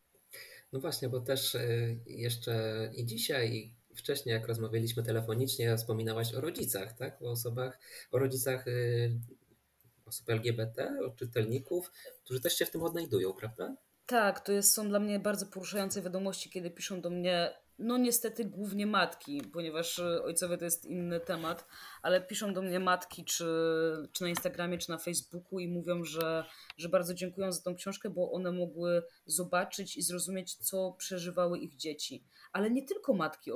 No właśnie, bo też y, jeszcze i dzisiaj, i wcześniej, jak rozmawialiśmy telefonicznie, wspominałaś o rodzicach, tak? O osobach, o rodzicach y, osób L G B T, o czytelników, którzy też się w tym odnajdują, prawda? Tak, to jest, są dla mnie bardzo poruszające wiadomości, kiedy piszą do mnie, no niestety głównie matki, ponieważ e, ojcowie to jest inny temat, ale piszą do mnie matki, czy, czy na Instagramie, czy na Facebooku i mówią, że, że bardzo dziękują za tą książkę, bo one mogły zobaczyć i zrozumieć, co przeżywały ich dzieci. Ale nie tylko matki osób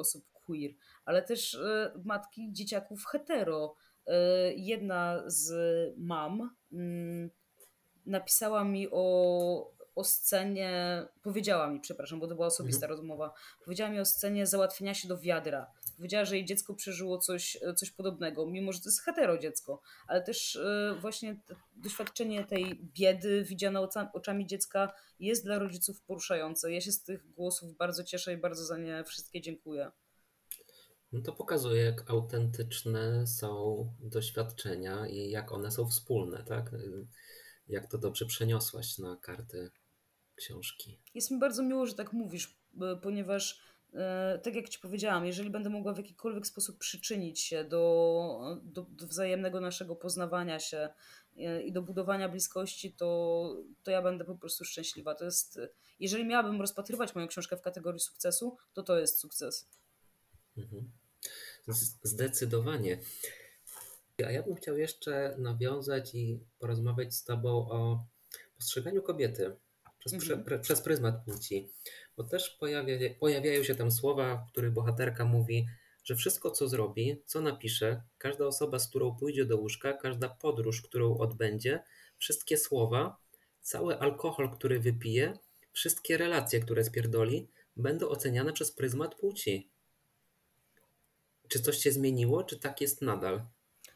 queer, ale też e, matki dzieciaków hetero. E, Jedna z mam mm, napisała mi o, o scenie, powiedziała mi, przepraszam, bo to była osobista Mhm. rozmowa, powiedziała mi o scenie załatwienia się do wiadra. Powiedziała, że jej dziecko przeżyło coś, coś podobnego, mimo że to jest hetero dziecko, ale też e, właśnie to doświadczenie tej biedy widziane oca- oczami dziecka jest dla rodziców poruszające. Ja się z tych głosów bardzo cieszę i bardzo za nie wszystkie dziękuję. No to pokazuje, jak autentyczne są doświadczenia i jak one są wspólne, tak? Y, Jak to dobrze przeniosłaś na karty książki. Jest mi bardzo miło, że tak mówisz, b- ponieważ e, tak jak Ci powiedziałam, jeżeli będę mogła w jakikolwiek sposób przyczynić się do, do, do wzajemnego naszego poznawania się e, i do budowania bliskości, to, to ja będę po prostu szczęśliwa. To jest, jeżeli miałabym rozpatrywać moją książkę w kategorii sukcesu, to to jest sukces. Mhm. Z- Zdecydowanie. A ja bym chciał jeszcze nawiązać i porozmawiać z Tobą o postrzeganiu kobiety przez, prze, Mhm. pre, przez pryzmat płci. Bo też pojawia, pojawiają się tam słowa, w których bohaterka mówi, że wszystko, co zrobi, co napisze, każda osoba, z którą pójdzie do łóżka, każda podróż, którą odbędzie, wszystkie słowa, cały alkohol, który wypije, wszystkie relacje, które spierdoli, będą oceniane przez pryzmat płci. Czy coś się zmieniło, czy tak jest nadal?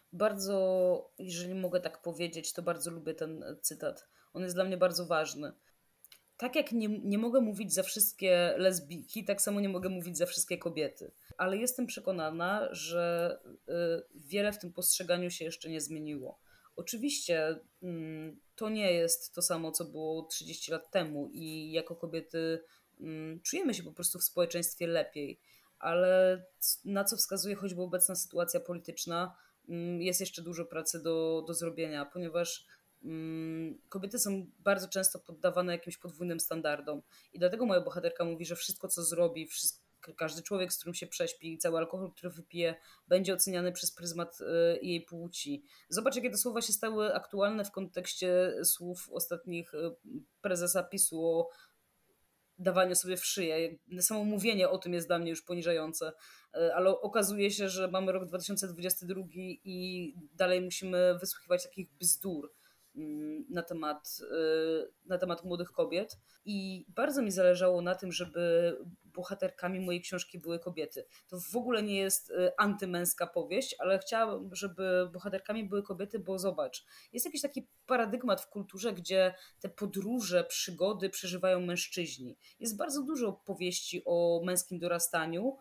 Bardzo, jeżeli mogę tak powiedzieć, to bardzo lubię ten cytat. On jest dla mnie bardzo ważny. Tak jak nie, nie mogę mówić za wszystkie lesbijki, tak samo nie mogę mówić za wszystkie kobiety. Ale jestem przekonana, że y, wiele w tym postrzeganiu się jeszcze nie zmieniło. Oczywiście mm, to nie jest to samo, co było trzydzieści lat temu i jako kobiety mm, czujemy się po prostu w społeczeństwie lepiej. Ale c- na co wskazuje choćby obecna sytuacja polityczna, mm, jest jeszcze dużo pracy do, do zrobienia, ponieważ mm, kobiety są bardzo często poddawane jakimś podwójnym standardom. I dlatego moja bohaterka mówi, że wszystko, co zrobi, wszystko, każdy człowiek, z którym się prześpi, cały alkohol, który wypije, będzie oceniany przez pryzmat y, jej płci. Zobacz, jakie te słowa się stały aktualne w kontekście słów ostatnich y, prezesa PiSu o dawaniu sobie w szyję. Samo mówienie o tym jest dla mnie już poniżające, Y, ale okazuje się, że mamy rok dwa tysiące dwudziesty drugi i dalej musimy wysłuchiwać takich bzdur mm, na temat, y, na temat młodych kobiet. I bardzo mi zależało na tym, żeby bohaterkami mojej książki były kobiety. To w ogóle nie jest y, antymęska powieść, ale chciałabym, żeby bohaterkami były kobiety, bo zobacz, jest jakiś taki paradygmat w kulturze, gdzie te podróże, przygody przeżywają mężczyźni. Jest bardzo dużo powieści o męskim dorastaniu.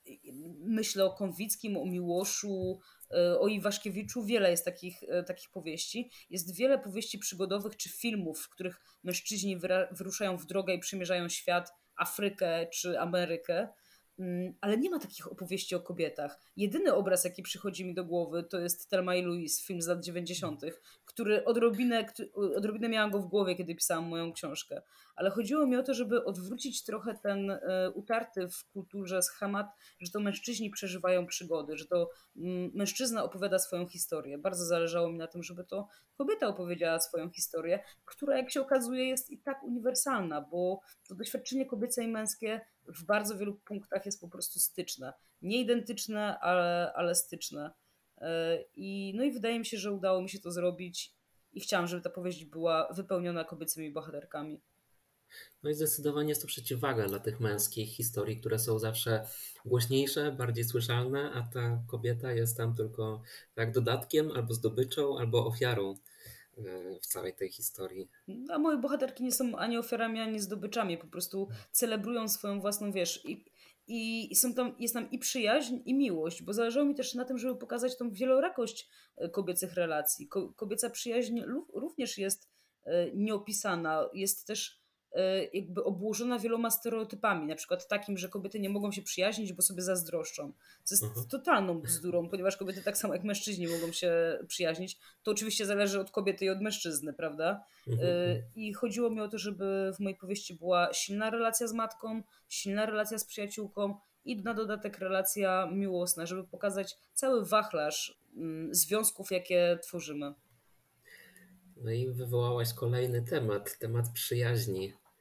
Myślę o Konwickim, o Miłoszu, e, o Iwaszkiewiczu. Wiele jest takich, e, takich powieści. Jest wiele powieści przygodowych czy filmów, w których mężczyźni wyra- wyruszają w drogę i przemierzają świat, Afrykę czy Amerykę. Mm, Ale nie ma takich opowieści o kobietach. Jedyny obraz, jaki przychodzi mi do głowy, to jest Thelma i Louise, film z lat dziewięćdziesiątych, który odrobinę, któ- odrobinę miałam go w głowie, kiedy pisałam moją książkę. Ale chodziło mi o to, żeby odwrócić trochę ten e, utarty w kulturze schemat, że to mężczyźni przeżywają przygody, że to mm, mężczyzna opowiada swoją historię. Bardzo zależało mi na tym, żeby to kobieta opowiedziała swoją historię, która, jak się okazuje, jest i tak uniwersalna, bo to doświadczenie kobiece i męskie w bardzo wielu punktach jest po prostu styczne. Nie identyczne, ale, ale styczne. E, I, no i wydaje mi się, że udało mi się to zrobić i chciałam, żeby ta powieść była wypełniona kobiecymi bohaterkami. No i zdecydowanie jest to przeciwwaga dla tych męskich historii, które są zawsze głośniejsze, bardziej słyszalne, a ta kobieta jest tam tylko tak dodatkiem, albo zdobyczą, albo ofiarą e, w całej tej historii. A moje bohaterki nie są ani ofiarami, ani zdobyczami, po prostu celebrują swoją własną, wiesz, i, i są tam, jest tam i przyjaźń, i miłość, bo zależało mi też na tym, żeby pokazać tą wielorakość e, kobiecych relacji. Ko, kobieca przyjaźń lu- również jest e, nieopisana, jest też e, jakby obłożona wieloma stereotypami, na przykład takim, że kobiety nie mogą się przyjaźnić, bo sobie zazdroszczą. Co Aha. jest totalną bzdurą, ponieważ kobiety tak samo jak mężczyźni mogą się przyjaźnić. To oczywiście zależy od kobiety i od mężczyzny, prawda? Mhm, mhm. I chodziło mi o to, żeby w mojej powieści była silna relacja z matką, silna relacja z przyjaciółką i na dodatek relacja miłosna, żeby pokazać cały wachlarz mm, związków, jakie tworzymy. No i wywołałaś kolejny temat, temat przyjaźni.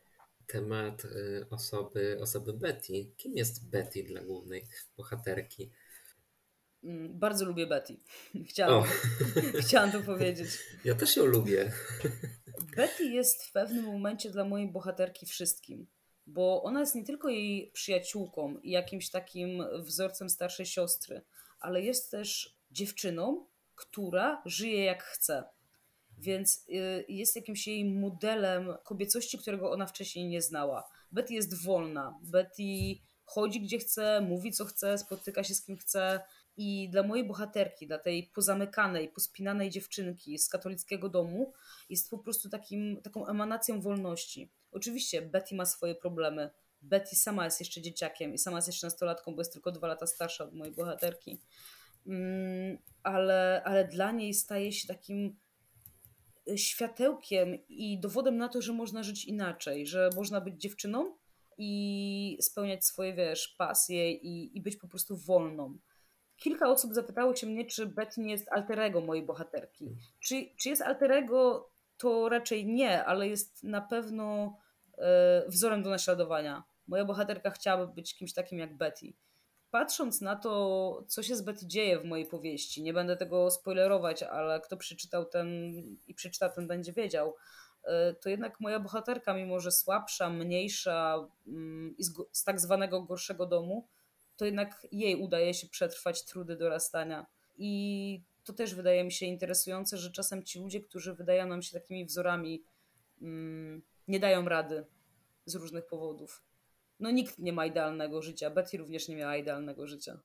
temat y, osoby, osoby Betty. Kim jest Betty dla głównej bohaterki? Mm, Bardzo lubię Betty. O, Chciałam to, chciałam to powiedzieć. ja też ją lubię. Betty jest w pewnym momencie dla mojej bohaterki wszystkim, bo ona jest nie tylko jej przyjaciółką i jakimś takim wzorcem starszej siostry, ale jest też dziewczyną, która żyje jak chce. Więc y, jest jakimś jej modelem kobiecości, którego ona wcześniej nie znała. Betty jest wolna. Betty chodzi gdzie chce, mówi co chce, spotyka się z kim chce. I dla mojej bohaterki, dla tej pozamykanej, pospinanej dziewczynki z katolickiego domu, jest po prostu takim, taką emanacją wolności. Oczywiście Betty ma swoje problemy. Betty sama jest jeszcze dzieciakiem i sama jest jeszcze nastolatką, bo jest tylko dwa lata starsza od mojej bohaterki. Mm, ale, ale dla niej staje się takim światełkiem i dowodem na to, że można żyć inaczej, że można być dziewczyną i spełniać swoje, wiesz, pasje i, i być po prostu wolną. Kilka osób zapytało się mnie, czy Betty nie jest alter ego mojej bohaterki. Czy, czy jest alter ego? To raczej nie, ale jest na pewno e, wzorem do naśladowania. Moja bohaterka chciałaby być kimś takim jak Betty. Patrząc na to, co się z Betty dzieje w mojej powieści, nie będę tego spoilerować, ale kto przeczytał ten i przeczyta, ten będzie wiedział, y, to jednak moja bohaterka, mimo że słabsza, mniejsza mm, i z, go- z tak zwanego gorszego domu, to jednak jej udaje się przetrwać trudy dorastania. I to też wydaje mi się interesujące, że czasem ci ludzie, którzy wydają nam się takimi wzorami, mm, nie dają rady z różnych powodów. No nikt nie ma idealnego życia. Betty również nie miała idealnego życia.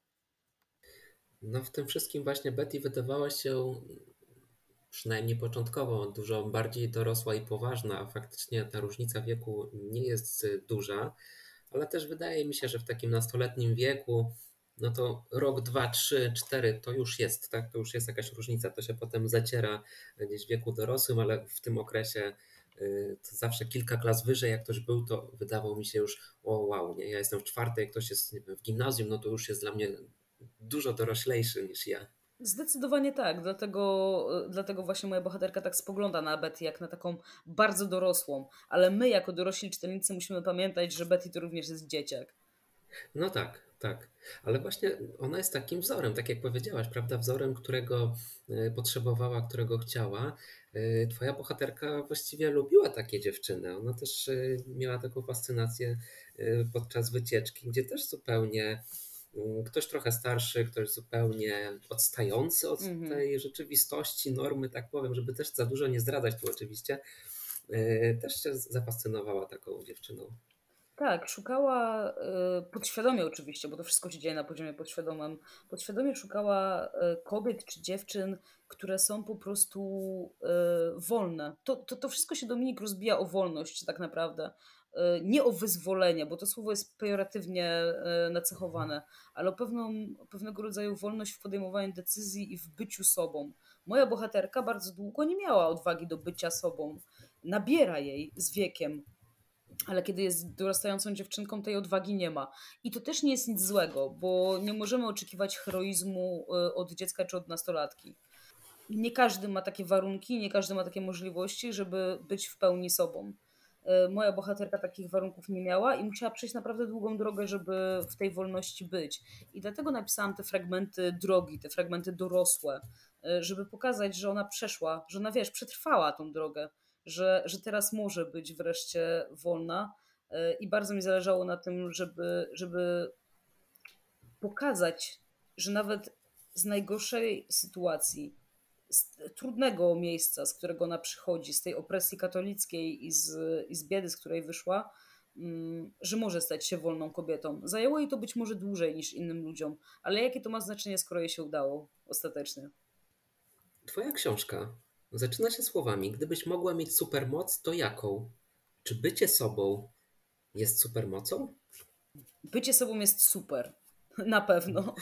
No w tym wszystkim właśnie Betty wydawała się, przynajmniej początkowo, dużo bardziej dorosła i poważna, a faktycznie ta różnica wieku nie jest y, duża, ale też wydaje mi się, że w takim nastoletnim wieku, no to rok, dwa, trzy, cztery to już jest, tak? To już jest jakaś różnica, to się potem zaciera gdzieś w wieku dorosłym, ale w tym okresie y, to zawsze kilka klas wyżej, jak ktoś był, to wydawał mi się już, o wow, nie? Ja jestem w czwartej, jak ktoś jest nie wiem, w gimnazjum, no to już jest dla mnie dużo doroślejszy niż ja. Zdecydowanie tak, dlatego, dlatego właśnie moja bohaterka tak spogląda na Betty jak na taką bardzo dorosłą, ale my jako dorośli czytelnicy musimy pamiętać, że Betty to również jest dzieciak. No tak, tak. Ale właśnie ona jest takim wzorem, tak jak powiedziałaś, prawda? Wzorem, którego y, potrzebowała, którego chciała. Y, Twoja bohaterka właściwie lubiła takie dziewczyny. Ona też y, miała taką fascynację y, podczas wycieczki, gdzie też zupełnie y, ktoś trochę starszy, ktoś zupełnie odstający od Mhm. tej rzeczywistości, normy, tak powiem, żeby też za dużo nie zdradzać tu oczywiście, y, też się zafascynowała taką dziewczyną. Tak, szukała y, podświadomie oczywiście, bo to wszystko się dzieje na poziomie podświadomym. Podświadomie szukała y, kobiet czy dziewczyn, które są po prostu y, wolne. To, to, to wszystko się, Dominik, rozbija o wolność tak naprawdę. Y, Nie o wyzwolenie, bo to słowo jest pejoratywnie y, nacechowane, ale o pewną, o pewnego rodzaju wolność w podejmowaniu decyzji i w byciu sobą. Moja bohaterka bardzo długo nie miała odwagi do bycia sobą. Nabiera jej z wiekiem, ale kiedy jest dorastającą dziewczynką, tej odwagi nie ma. I to też nie jest nic złego, bo nie możemy oczekiwać heroizmu y, od dziecka czy od nastolatki. Nie każdy ma takie warunki, nie każdy ma takie możliwości, żeby być w pełni sobą. Y, Moja bohaterka takich warunków nie miała i musiała przejść naprawdę długą drogę, żeby w tej wolności być. I dlatego napisałam te fragmenty drogi, te fragmenty dorosłe, y, żeby pokazać, że ona przeszła, że ona, wiesz, przetrwała tą drogę, że, że teraz może być wreszcie wolna. Y, I bardzo mi zależało na tym, żeby, żeby pokazać, że nawet z najgorszej sytuacji, z trudnego miejsca, z którego ona przychodzi, z tej opresji katolickiej i z, i z biedy, z której wyszła, mm, że może stać się wolną kobietą. Zajęło jej to być może dłużej niż innym ludziom, ale jakie to ma znaczenie, skoro jej się udało ostatecznie? Twoja książka zaczyna się słowami: gdybyś mogła mieć supermoc, to jaką? Czy bycie sobą jest supermocą? Bycie sobą jest super. Na pewno.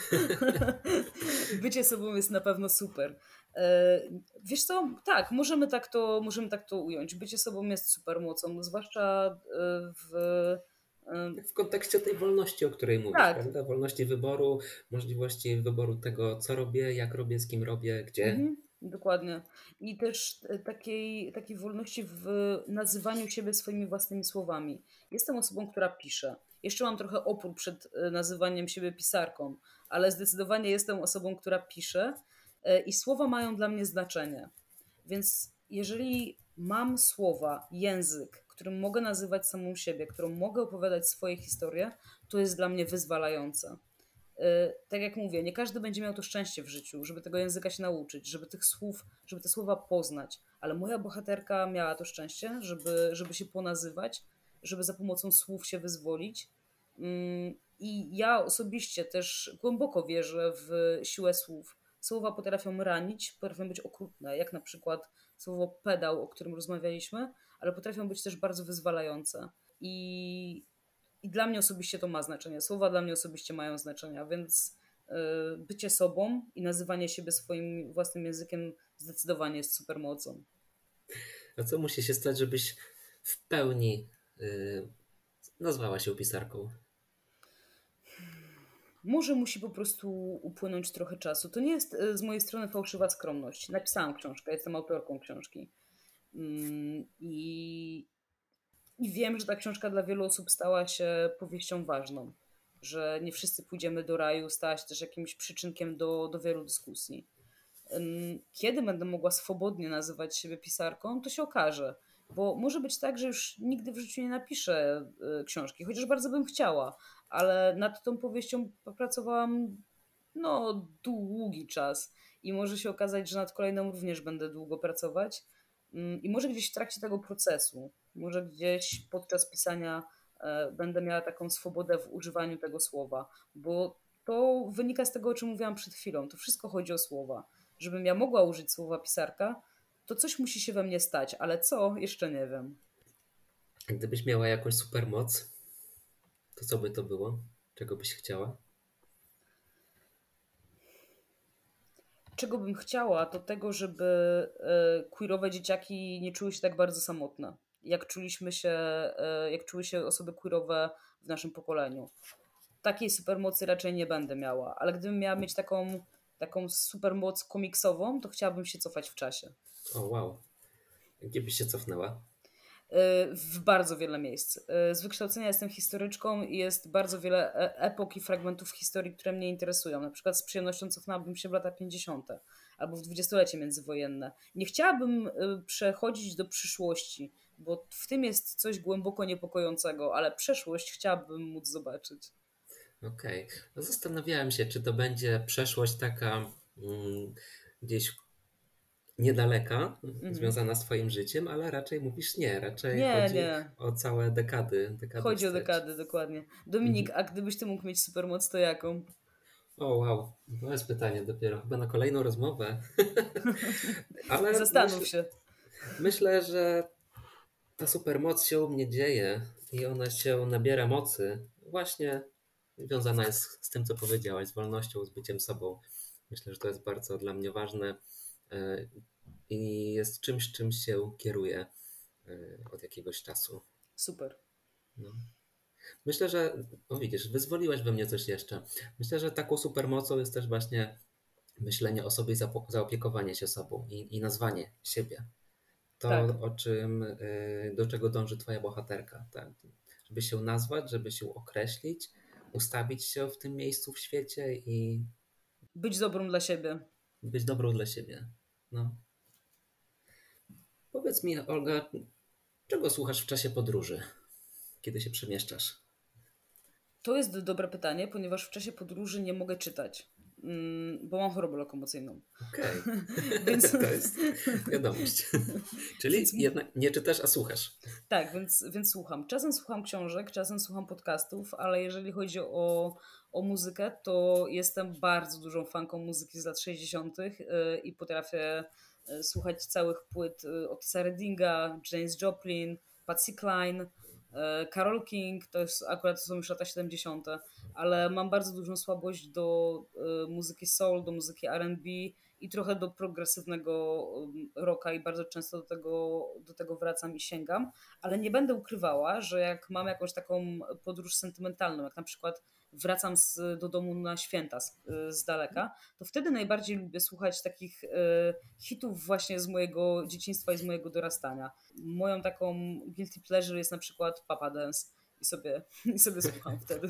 Bycie sobą jest na pewno super. E, Wiesz co? Tak, możemy tak to, możemy tak to ująć. Bycie sobą jest super mocą, zwłaszcza e, w. e, W kontekście tej wolności, o której mówisz, Tak. prawda? Wolności wyboru, możliwości wyboru tego, co robię, jak robię, z kim robię, gdzie. Mhm. Dokładnie. I też e, takiej, takiej wolności w nazywaniu siebie swoimi własnymi słowami. Jestem osobą, która pisze. Jeszcze mam trochę opór przed e, nazywaniem siebie pisarką, ale zdecydowanie jestem osobą, która pisze e, i słowa mają dla mnie znaczenie. Więc jeżeli mam słowa, język, którym mogę nazywać samą siebie, którą mogę opowiadać swoje historie, to jest dla mnie wyzwalające. Y, tak jak mówię, nie każdy będzie miał to szczęście w życiu, żeby tego języka się nauczyć, żeby tych słów, żeby te słowa poznać. Ale moja bohaterka miała to szczęście, żeby, żeby się ponazywać, żeby za pomocą słów się wyzwolić. Mm, I ja osobiście też głęboko wierzę w siłę słów. Słowa potrafią ranić, potrafią być okrutne, jak na przykład słowo pedał, o którym rozmawialiśmy, ale potrafią być też bardzo wyzwalające. I i dla mnie osobiście to ma znaczenie. Słowa dla mnie osobiście mają znaczenia, więc y, bycie sobą i nazywanie siebie swoim własnym językiem zdecydowanie jest supermocą. A co musi się stać, żebyś w pełni y, nazwała się pisarką? Może musi po prostu upłynąć trochę czasu. To nie jest y, z mojej strony fałszywa skromność. Napisałam książkę, jestem autorką książki. Mm, I, I wiem, że ta książka dla wielu osób stała się powieścią ważną. Że nie wszyscy pójdziemy do raju, stała się też jakimś przyczynkiem do, do wielu dyskusji. Kiedy będę mogła swobodnie nazywać siebie pisarką, to się okaże. Bo może być tak, że już nigdy w życiu nie napiszę y, książki, chociaż bardzo bym chciała, ale nad tą powieścią popracowałam no długi czas i może się okazać, że nad kolejną również będę długo pracować. Ym, I może gdzieś w trakcie tego procesu, może gdzieś podczas pisania e, będę miała taką swobodę w używaniu tego słowa, bo to wynika z tego, o czym mówiłam przed chwilą. To wszystko chodzi o słowa. Żebym ja mogła użyć słowa pisarka, to coś musi się we mnie stać, ale co? Jeszcze nie wiem. A gdybyś miała jakąś supermoc, to co by to było? Czego byś chciała? Czego bym chciała, to tego, żeby e, queerowe dzieciaki nie czuły się tak bardzo samotne, jak czuliśmy się, e, jak czuły się osoby queerowe w naszym pokoleniu. Takiej supermocy raczej nie będę miała, ale gdybym miała mieć taką, taką supermoc komiksową, to chciałabym się cofać w czasie. O, wow. Gdzie byś się cofnęła? W bardzo wiele miejsc. Z wykształcenia jestem historyczką i jest bardzo wiele e- epok i fragmentów historii, które mnie interesują. Na przykład z przyjemnością cofnęłabym się w lata pięćdziesiąte albo w dwudziestolecie międzywojenne. Nie chciałabym y, przechodzić do przyszłości, bo w tym jest coś głęboko niepokojącego, ale przeszłość chciałabym móc zobaczyć. Okej. No zastanawiałem się, czy to będzie przeszłość taka mm, gdzieś niedaleka, Mhm. związana z twoim życiem, ale raczej mówisz nie. Raczej Nie, chodzi nie. o całe dekady, dekady Chodzi o wstecz. dekady, dokładnie. Dominik, Mhm. a gdybyś ty mógł mieć supermoc, to jaką? O, wow. To jest pytanie dopiero chyba na kolejną rozmowę. Ale Zastanów myśl, się. myślę, że ta supermoc się u mnie dzieje i ona się nabiera mocy. Właśnie związana jest z tym, co powiedziałaś, z wolnością, z byciem sobą. Myślę, że to jest bardzo dla mnie ważne e, i jest czymś, czym się kieruję e, od jakiegoś czasu. Super. No. Myślę, że, o widzisz, wyzwoliłeś we mnie coś jeszcze. Myślę, że taką supermocą jest też właśnie myślenie o sobie i zapo- zaopiekowanie się sobą i, i nazwanie siebie. To, Tak. o czym, y, do czego dąży twoja bohaterka, tak? Żeby się nazwać, żeby się określić, ustawić się w tym miejscu w świecie i Być dobrą dla siebie. być dobrą dla siebie. No. Powiedz mi, Olga, czego słuchasz w czasie podróży, kiedy się przemieszczasz? To jest dobre pytanie, ponieważ w czasie podróży nie mogę czytać, mm, bo mam chorobę lokomocyjną. Okej, Więc, to jest wiadomość. Czyli więc jednak nie czytasz, a słuchasz. tak, więc, więc słucham. Czasem słucham książek, czasem słucham podcastów, ale jeżeli chodzi o, o muzykę, to jestem bardzo dużą fanką muzyki z lat sześćdziesiątych y, i potrafię y, słuchać całych płyt y, od Reddinga, Janis Joplin, Patsy Cline, y, Carole King, to jest akurat to są już lata siedemdziesiąte, ale mam bardzo dużą słabość do y, muzyki soul, do muzyki R and B i trochę do progresywnego y, rocka i bardzo często do tego, do tego wracam i sięgam, ale nie będę ukrywała, że jak mam jakąś taką podróż sentymentalną, jak na przykład wracam z, do domu na święta z, z daleka, to wtedy najbardziej lubię słuchać takich y, hitów właśnie z mojego dzieciństwa i z mojego dorastania. Moją taką guilty pleasure jest na przykład Papa Dance i sobie, i sobie słucham wtedy.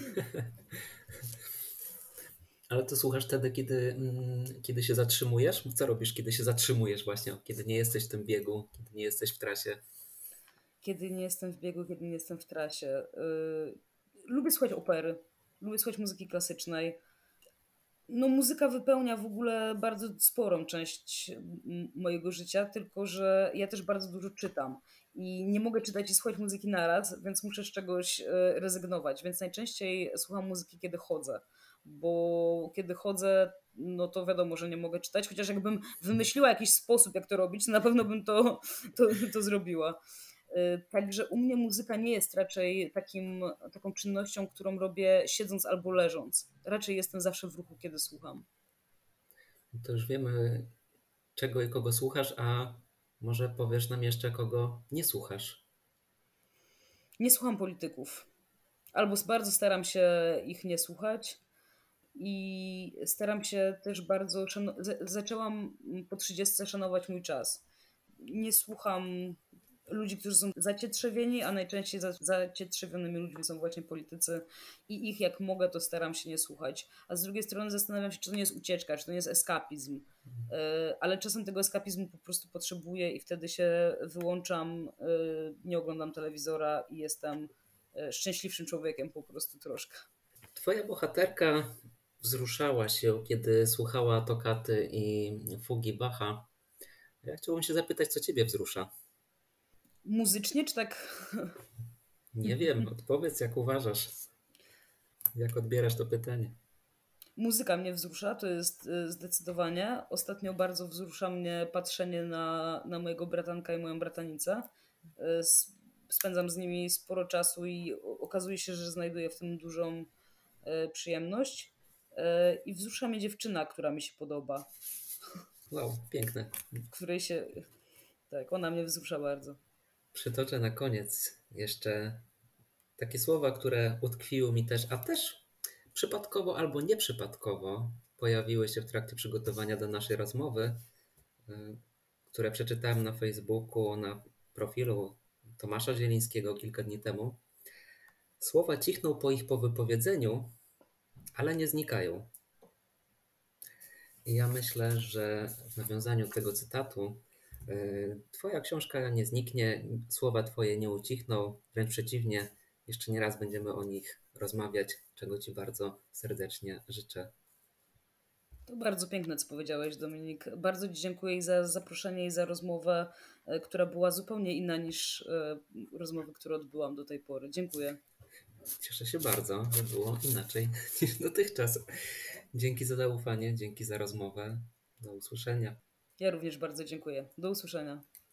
Ale to słuchasz wtedy, kiedy, kiedy się zatrzymujesz? Co robisz, kiedy się zatrzymujesz właśnie? Kiedy nie jesteś w tym biegu, kiedy nie jesteś w trasie? Kiedy nie jestem w biegu, kiedy nie jestem w trasie. Yy, lubię słuchać opery, lubię słuchać muzyki klasycznej. No, muzyka wypełnia w ogóle bardzo sporą część m- mojego życia, tylko że ja też bardzo dużo czytam i nie mogę czytać i słuchać muzyki naraz, więc muszę z czegoś e, rezygnować. Więc najczęściej słucham muzyki, kiedy chodzę, bo kiedy chodzę, no to wiadomo, że nie mogę czytać, chociaż jakbym wymyśliła jakiś sposób, jak to robić, to na pewno bym to, to, to zrobiła. E, Także u mnie muzyka nie jest raczej takim, taką czynnością, którą robię siedząc albo leżąc. Raczej jestem zawsze w ruchu, kiedy słucham. To już wiemy, czego i kogo słuchasz, a może powiesz nam jeszcze, kogo nie słuchasz? Nie słucham polityków. Albo bardzo staram się ich nie słuchać i staram się też bardzo. Szano- za- zaczęłam po trzydziestce szanować mój czas. Nie słucham ludzi, którzy są zacietrzewieni, a najczęściej za- zacietrzewionymi ludźmi są właśnie politycy i ich jak mogę, to staram się nie słuchać. A z drugiej strony zastanawiam się, czy to nie jest ucieczka, czy to nie jest eskapizm. Yy, Ale czasem tego eskapizmu po prostu potrzebuję i wtedy się wyłączam, yy, nie oglądam telewizora i jestem yy, szczęśliwszym człowiekiem po prostu troszkę. Twoja bohaterka wzruszała się, kiedy słuchała tokaty i fugi Bacha. Ja chciałbym się zapytać, co ciebie wzrusza? Muzycznie czy tak? Nie wiem, odpowiedz jak uważasz. Jak odbierasz to pytanie? Muzyka mnie wzrusza, to jest y, zdecydowanie. Ostatnio bardzo wzrusza mnie patrzenie na, na mojego bratanka i moją bratanicę. Y, s- Spędzam z nimi sporo czasu i o- okazuje się, że znajduję w tym dużą y, przyjemność. Y, I wzrusza mnie dziewczyna, która mi się podoba, Wow, piękne. w której się... Tak, ona mnie wzrusza bardzo. Przytoczę na koniec jeszcze takie słowa, które utkwiły mi też, a też przypadkowo albo nieprzypadkowo pojawiły się w trakcie przygotowania do naszej rozmowy, y, które przeczytałem na Facebooku, na profilu Tomasza Zielińskiego kilka dni temu. Słowa cichną po ich po wypowiedzeniu, ale nie znikają. I ja myślę, że w nawiązaniu do tego cytatu, y, Twoja książka nie zniknie, słowa Twoje nie ucichną, wręcz przeciwnie, jeszcze nie raz będziemy o nich rozmawiać, czego Ci bardzo serdecznie życzę. To bardzo piękne, co powiedziałeś, Dominik. Bardzo Ci dziękuję i za zaproszenie i za rozmowę, e, która była zupełnie inna niż e, rozmowy, które odbyłam do tej pory. Dziękuję. Cieszę się bardzo, że było inaczej niż dotychczas. Dzięki za zaufanie, dzięki za rozmowę. Do usłyszenia. Ja również bardzo dziękuję. Do usłyszenia.